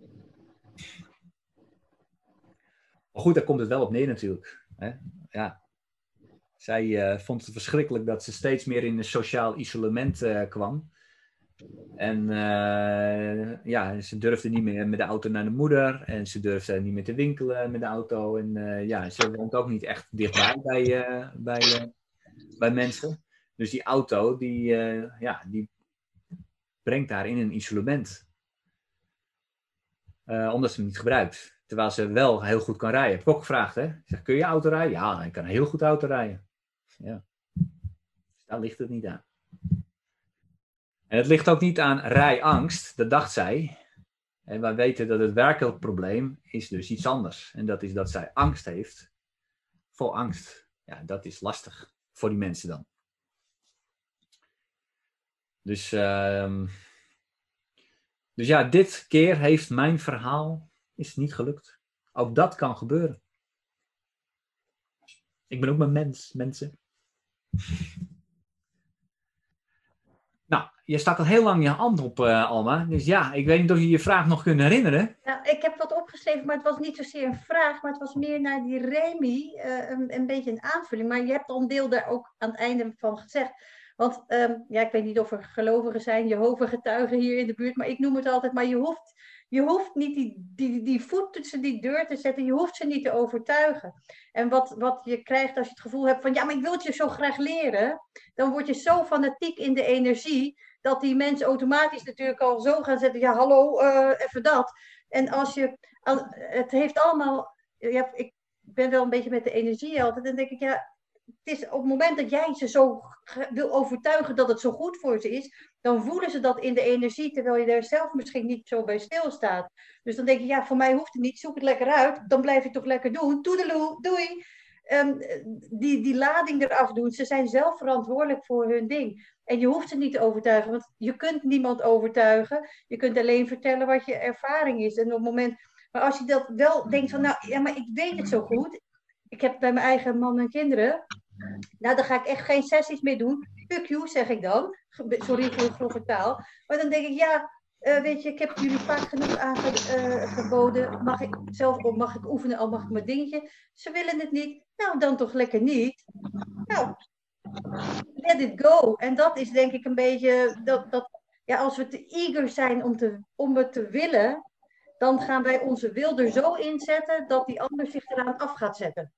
Maar goed, daar komt het wel op neer natuurlijk. Hè? Ja. Zij vond het verschrikkelijk dat ze steeds meer in een sociaal isolement kwam. En ja, ze durfde niet meer met de auto naar de moeder. En ze durfde niet meer te winkelen met de auto. En ja, ze woont ook niet echt dichtbij bij mensen. Dus die auto, die brengt haar in een isolement. Omdat ze hem niet gebruikt. Terwijl ze wel heel goed kan rijden. Heb ik ook gevraagd, hè? Ik zeg, kun je auto rijden? Ja, ik kan heel goed auto rijden. Ja. Daar ligt het niet aan. En het ligt ook niet aan rijangst, dat dacht zij. En wij weten dat het werkelijk probleem is dus iets anders. En dat is dat zij angst heeft voor angst. Ja, dat is lastig voor die mensen dan. Dus ja, dit keer heeft mijn verhaal is niet gelukt. Ook dat kan gebeuren. Ik ben ook maar mensen. Nou, je staat al heel lang je hand op, Alma. Dus ja, ik weet niet of je je vraag nog kunt herinneren. Nou, ik heb wat opgeschreven, maar het was niet zozeer een vraag, maar het was meer naar die Remy, een beetje een aanvulling. Maar je hebt al een deel daar ook aan het einde van gezegd. Want ja, ik weet niet of er gelovigen zijn, Jehovah-getuigen hier in de buurt, maar ik noem het altijd, maar je hoeft niet die voet tussen die deur te zetten, je hoeft ze niet te overtuigen. En wat je krijgt als je het gevoel hebt van, ja, maar ik wil het je zo graag leren, dan word je zo fanatiek in de energie, dat die mensen automatisch natuurlijk al zo gaan zetten, ja, hallo, even dat. En het heeft allemaal, ja, ik ben wel een beetje met de energie altijd, dan denk ik, ja, het is op het moment dat jij ze zo wil overtuigen dat het zo goed voor ze is, dan voelen ze dat in de energie, terwijl je daar zelf misschien niet zo bij stilstaat. Dus dan denk je, ja, voor mij hoeft het niet, zoek het lekker uit, dan blijf ik toch lekker doen. Toedeloe, doei. Die lading eraf doen, ze zijn zelf verantwoordelijk voor hun ding. En je hoeft ze niet te overtuigen, want je kunt niemand overtuigen. Je kunt alleen vertellen wat je ervaring is. En op het moment, maar als je dat wel denkt van, nou, ja, maar ik weet het zo goed. Ik heb bij mijn eigen man en kinderen. Nou, dan ga ik echt geen sessies meer doen. Fuck you, zeg ik dan. Sorry voor de grove taal. Maar dan denk ik, ja, weet je, ik heb jullie vaak genoeg aangeboden. Mag ik oefenen, al mag ik mijn dingetje. Ze willen het niet. Nou, dan toch lekker niet. Nou, let it go. En dat is denk ik een beetje, ja, als we te eager zijn om het te willen, dan gaan wij onze wil er zo inzetten dat die ander zich eraan af gaat zetten.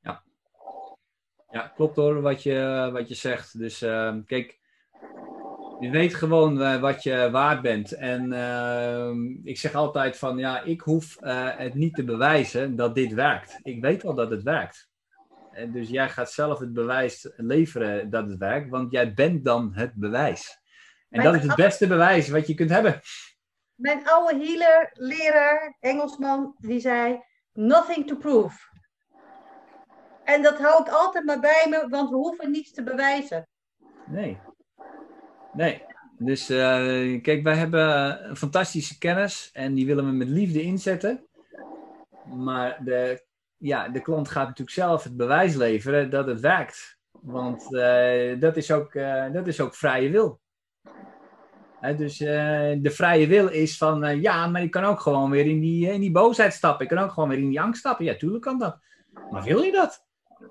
Ja, klopt hoor, wat je zegt. Dus kijk, je weet gewoon wat je waard bent. En ik zeg altijd van, ja, ik hoef het niet te bewijzen dat dit werkt. Ik weet wel dat het werkt. En dus jij gaat zelf het bewijs leveren dat het werkt, want jij bent dan het bewijs. En dat is het beste bewijs wat je kunt hebben. Mijn oude healer, leraar, Engelsman, die zei, nothing to prove. En dat hou ik altijd maar bij me, want we hoeven niets te bewijzen. Nee. Dus kijk, wij hebben een fantastische kennis en die willen we met liefde inzetten. Maar de klant gaat natuurlijk zelf het bewijs leveren dat het werkt. Want dat is ook vrije wil. Dus de vrije wil is van, ja, maar ik kan ook gewoon weer in die boosheid stappen. Ik kan ook gewoon weer in die angst stappen. Ja, tuurlijk kan dat. Maar wil je dat?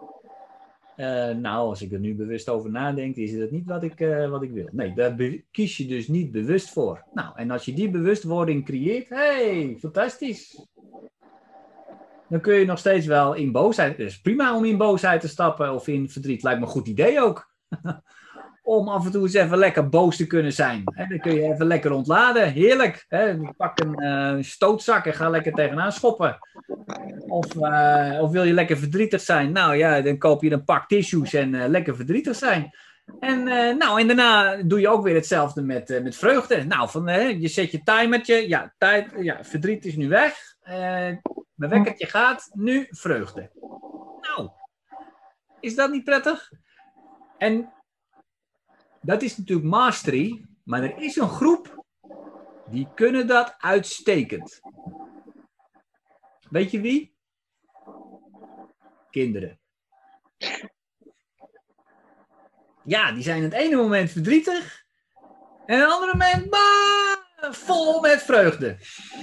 Nou, als ik er nu bewust over nadenk, is dat niet wat ik wil. Nee, daar kies je dus niet bewust voor. Nou, en als je die bewustwording creëert, hey, fantastisch. Dan kun je nog steeds wel in boosheid. Het is prima om in boosheid te stappen of in verdriet. Lijkt me een goed idee ook. Om af en toe eens even lekker boos te kunnen zijn. Dan kun je even lekker ontladen. Heerlijk. Pak een stootzak en ga lekker tegenaan schoppen. Of wil je lekker verdrietig zijn? Nou ja, dan koop je een pak tissues en lekker verdrietig zijn. En daarna doe je ook weer hetzelfde met vreugde. Nou, je zet je timertje. Ja, verdriet is nu weg. Mijn wekkertje gaat. Nu vreugde. Nou, is dat niet prettig? En dat is natuurlijk mastery. Maar er is een groep die kunnen dat uitstekend. Weet je wie? Kinderen. Ja, die zijn het ene moment verdrietig. En het andere moment vol met vreugde.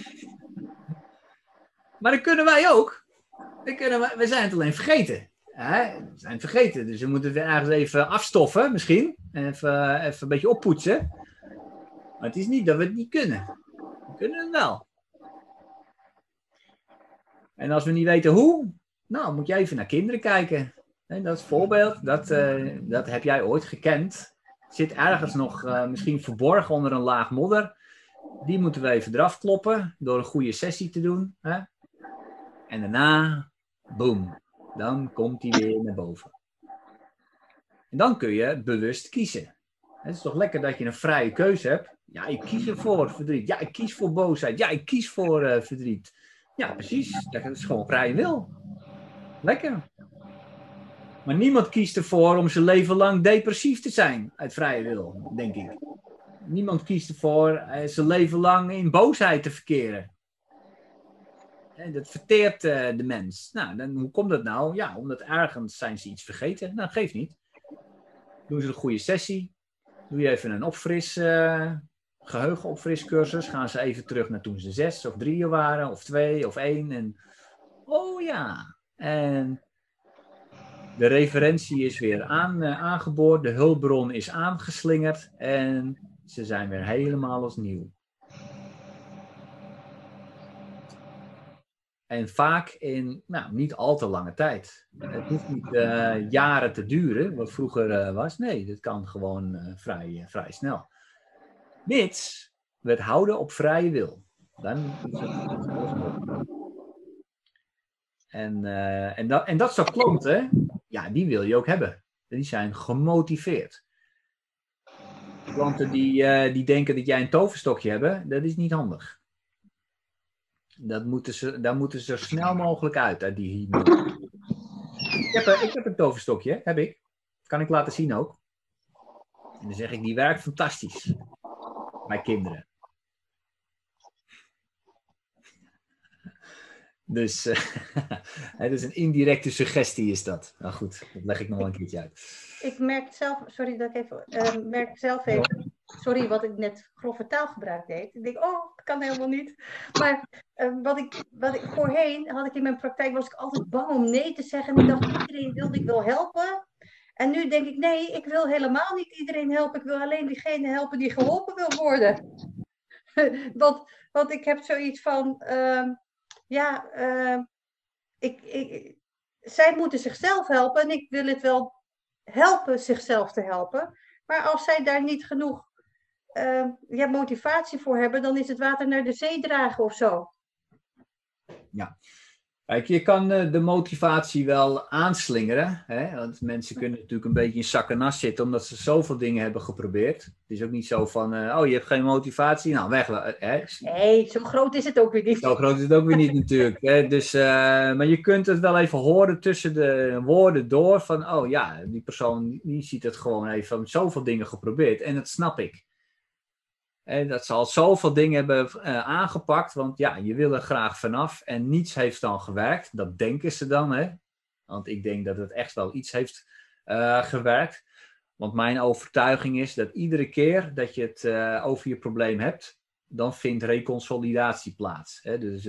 Maar dat kunnen wij ook. We zijn het alleen vergeten. We zijn het vergeten. Dus we moeten het ergens even afstoffen misschien. Even een beetje oppoetsen. Maar het is niet dat we het niet kunnen. We kunnen het wel. En als we niet weten hoe, nou moet je even naar kinderen kijken. En dat is een voorbeeld. Dat heb jij ooit gekend. Zit ergens nog misschien verborgen onder een laag modder. Die moeten we even eraf kloppen door een goede sessie te doen. Hè? En daarna, boom, dan komt die weer naar boven. En dan kun je bewust kiezen. Het is toch lekker dat je een vrije keuze hebt. Ja, ik kies ervoor verdriet. Ja, ik kies voor boosheid. Ja, ik kies voor verdriet. Ja, precies. Dat is gewoon vrije wil. Lekker. Maar niemand kiest ervoor om zijn leven lang depressief te zijn. Uit vrije wil, denk ik. Niemand kiest ervoor zijn leven lang in boosheid te verkeren. Dat verteert de mens. Nou, hoe komt dat nou? Ja, omdat ergens zijn ze iets vergeten. Nou, geeft niet. Doen ze een goede sessie. Doe je even een geheugenopfriscursus. Gaan ze even terug naar toen ze 6 of 3 waren. Of 2 of 1. En oh ja. En de referentie is weer aangeboord. De hulpbron is aangeslingerd. En ze zijn weer helemaal als nieuw. En vaak in niet al te lange tijd. Het hoeft niet jaren te duren, wat vroeger was. Nee, dat kan gewoon vrij snel. Mits we het houden op vrije wil. Dan is het alles mogelijk. En dat soort klanten, ja, die wil je ook hebben. Die zijn gemotiveerd. Klanten die denken dat jij een toverstokje hebt, dat is niet handig. Daar moeten ze zo snel mogelijk uit die hypnose. Ik heb een toverstokje, heb ik. Kan ik laten zien ook. En dan zeg ik, die werkt fantastisch. Bij kinderen. Dus het is een indirecte suggestie is dat. Nou goed, dat leg ik nog een keertje uit. Ik merk zelf, sorry dat ik even, sorry wat ik net grove taal gebruikt deed. Ik denk, oh, dat kan helemaal niet. Maar wat ik voorheen had ik in mijn praktijk, was ik altijd bang om nee te zeggen. En ik dacht, iedereen wilde ik wel helpen. En nu denk ik, nee, ik wil helemaal niet iedereen helpen. Ik wil alleen diegene helpen die geholpen wil worden. Want ik heb zoiets van, zij moeten zichzelf helpen en ik wil het wel helpen zichzelf te helpen. Maar als zij daar niet genoeg motivatie voor hebben, dan is het water naar de zee dragen of zo. Ja, Kijk, je kan de motivatie wel aanslingeren. Hè? Want mensen kunnen natuurlijk een beetje in zak en as zitten, omdat ze zoveel dingen hebben geprobeerd. Het is ook niet zo van, je hebt geen motivatie, nou weg. Hè? Nee, zo groot is het ook weer niet. Zo groot is het ook weer niet natuurlijk. Hè? Dus, maar je kunt het wel even horen tussen de woorden door van, die persoon die ziet het gewoon even, zoveel dingen geprobeerd. En dat snap ik. En dat ze al zoveel dingen hebben aangepakt, want ja, je wil er graag vanaf en niets heeft dan gewerkt. Dat denken ze dan, hè. Want ik denk dat het echt wel iets heeft gewerkt. Want mijn overtuiging is dat iedere keer dat je het over je probleem hebt, dan vindt reconsolidatie plaats. Hè? Dus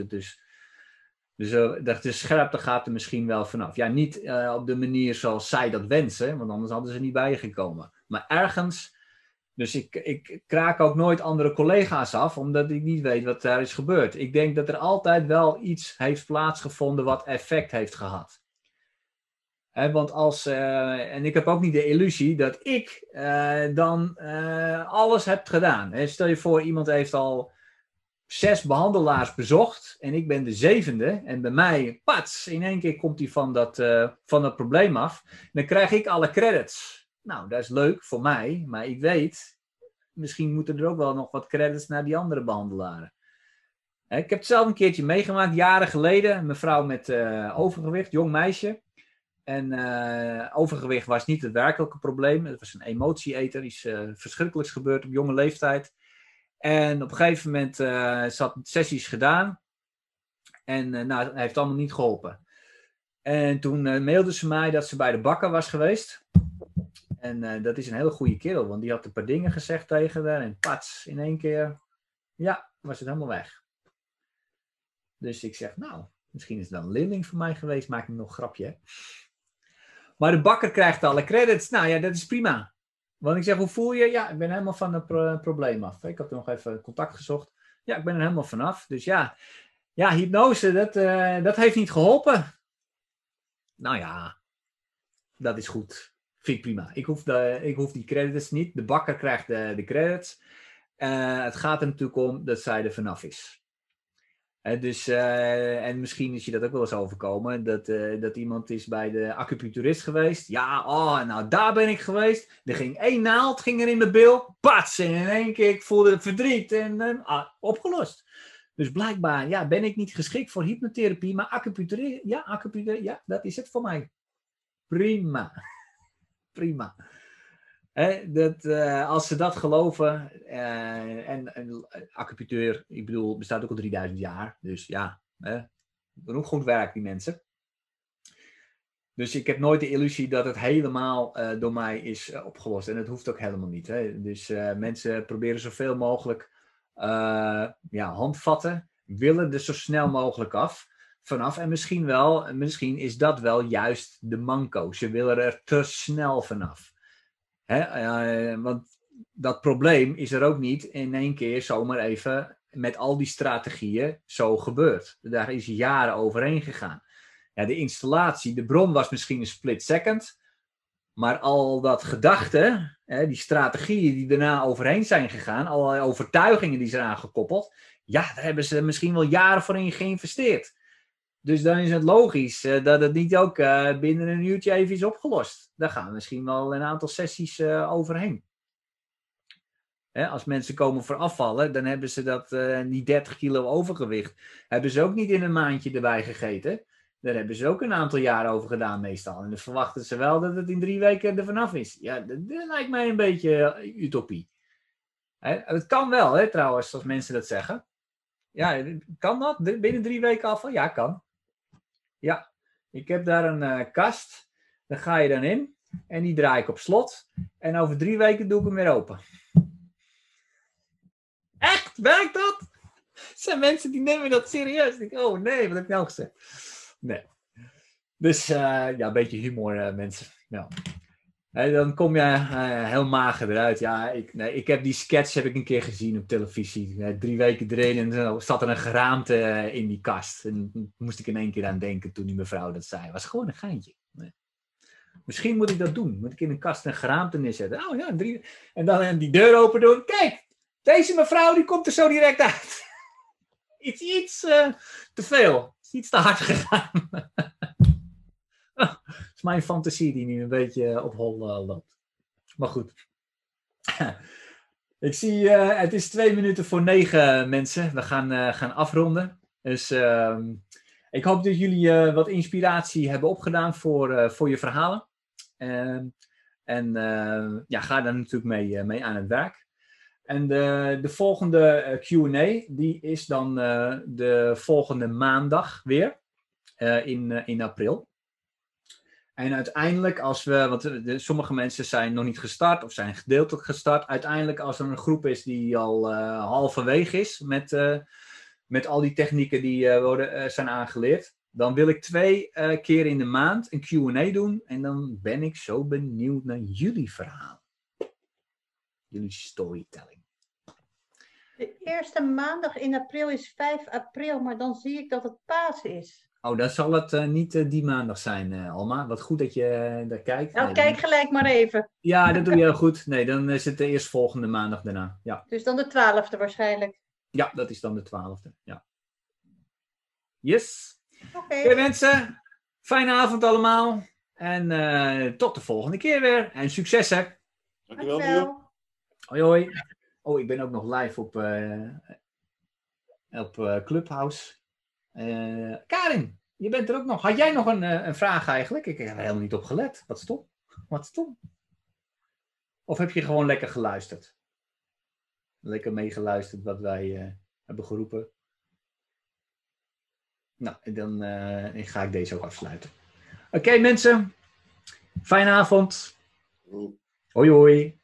de scherpte gaat er misschien wel vanaf. Ja, niet op de manier zoals zij dat wensen, want anders hadden ze niet bij je gekomen. Maar ergens... Dus ik kraak ook nooit andere collega's af, omdat ik niet weet wat daar is gebeurd. Ik denk dat er altijd wel iets heeft plaatsgevonden wat effect heeft gehad. Want en ik heb ook niet de illusie dat ik dan alles heb gedaan. Stel je voor, iemand heeft al 6 behandelaars bezocht en ik ben de 7e. En bij mij, pats, in één keer komt hij van dat probleem af. Dan krijg ik alle credits. Nou, dat is leuk voor mij, maar ik weet, misschien moeten er ook wel nog wat credits naar die andere behandelaren. Ik heb het zelf een keertje meegemaakt, jaren geleden. Een mevrouw met overgewicht, jong meisje. En overgewicht was niet het werkelijke probleem. Het was een emotieeter, iets verschrikkelijks gebeurd op jonge leeftijd. En op een gegeven moment ze had sessies gedaan. En het heeft allemaal niet geholpen. En toen mailde ze mij dat ze bij de bakker was geweest. En dat is een hele goede kerel, want die had een paar dingen gezegd tegen haar. En pats, in één keer, ja, was het helemaal weg. Dus ik zeg, nou, misschien is het dan een leerling van mij geweest. Maak ik nog een grapje, hè? Maar de bakker krijgt alle credits. Nou ja, dat is prima. Want ik zeg, hoe voel je? Ja, ik ben helemaal van het probleem af. Ik had nog even contact gezocht. Ja, ik ben er helemaal vanaf. Dus ja, hypnose, dat heeft niet geholpen. Nou ja, dat is goed. Vind ik prima. Ik hoef die credits niet. De bakker krijgt de credits. Het gaat er natuurlijk om dat zij er vanaf is. En misschien is je dat ook wel eens overkomen. Dat iemand is bij de acupuncturist geweest. Ja, nou daar ben ik geweest. Er ging 1 naald er in mijn bil. Pats! En in één keer, ik voelde het verdriet. En opgelost. Dus blijkbaar ben ik niet geschikt voor hypnotherapie. Maar acupunctuur, dat is het voor mij. Prima. Prima. Als ze dat geloven, en acupunctuur, ik bedoel, bestaat ook al 3000 jaar. Dus ja, doen ook goed werk die mensen. Dus ik heb nooit de illusie dat het helemaal door mij is opgelost. En dat hoeft ook helemaal niet. Hè? Dus mensen proberen zoveel mogelijk handvatten, willen er zo snel mogelijk vanaf. En misschien is dat wel juist de manco. Ze willen er te snel vanaf. Want dat probleem is er ook niet in één keer zomaar even met al die strategieën zo gebeurd. Daar is jaren overheen gegaan. Ja, de installatie, de bron was misschien een split second. Maar al dat gedachte, die strategieën die daarna overheen zijn gegaan, allerlei overtuigingen die zijn aangekoppeld, daar hebben ze misschien wel jaren voor in geïnvesteerd. Dus dan is het logisch dat het niet ook binnen een uurtje even is opgelost. Daar gaan misschien wel een aantal sessies overheen. Als mensen komen voor afvallen, dan hebben ze die 30 kilo overgewicht. Hebben ze ook niet in een maandje erbij gegeten. Daar hebben ze ook een aantal jaar over gedaan meestal. En dan verwachten ze wel dat het in 3 weken er vanaf is. Ja, dat lijkt mij een beetje utopie. Het kan wel, trouwens, als mensen dat zeggen. Ja, kan dat? Binnen 3 weken afval? Ja, kan. Ja, ik heb daar een kast. Daar ga je dan in. En die draai ik op slot. En over 3 weken doe ik hem weer open. Echt? Werkt dat? Er zijn mensen die nemen dat serieus. Ik denk, oh nee, wat heb ik nou gezegd? Nee. Dus een beetje humor, mensen. Ja. Dan kom je heel mager eruit. Ja, ik heb die sketch een keer gezien op televisie. 3 weken erin en dan zat er een geraamte in die kast. En daar moest ik in één keer aan denken toen die mevrouw dat zei. Het was gewoon een geintje. Nee. Misschien moet ik dat doen. Moet ik in een kast een geraamte neerzetten. Oh ja, 3. En dan die deur open doen. Kijk, deze mevrouw die komt er zo direct uit. iets te veel. Iets te hard gegaan. Het is mijn fantasie die nu een beetje op hol loopt. Maar goed. Ik zie, het is 9:02 mensen. We gaan afronden. Dus ik hoop dat jullie wat inspiratie hebben opgedaan voor je verhalen. Ga daar natuurlijk mee aan het werk. En de volgende Q&A, die is dan de volgende maandag weer. In april. En uiteindelijk, want sommige mensen zijn nog niet gestart of zijn gedeeltelijk gestart. Uiteindelijk, als er een groep is die al halverwege is met al die technieken die zijn aangeleerd, dan wil ik 2 keer in de maand een Q&A doen. En dan ben ik zo benieuwd naar jullie verhaal. Jullie storytelling. De eerste maandag in april is 5 april, maar dan zie ik dat het Pasen is. Oh, dan zal het niet die maandag zijn, Alma. Wat goed dat je daar kijkt. Nou, kijk gelijk maar even. Ja, dat doe je heel goed. Nee, dan is het de eerstvolgende maandag daarna. Ja. Dus dan de 12e waarschijnlijk. Ja, dat is dan de 12e. Ja. Yes. Oké. Mensen. Fijne avond allemaal. En tot de volgende keer weer. En succes hè. Dankjewel, Miel. Hoi hoi. Oh, ik ben ook nog live op Clubhouse. Karin, je bent er ook nog. Had jij nog een vraag eigenlijk? Ik heb er helemaal niet op gelet. Wat stom. Wat stom. Of heb je gewoon lekker geluisterd? Lekker meegeluisterd wat wij hebben geroepen. Nou, en dan ga ik deze ook afsluiten. Oké, mensen. Fijne avond. Hoi hoi.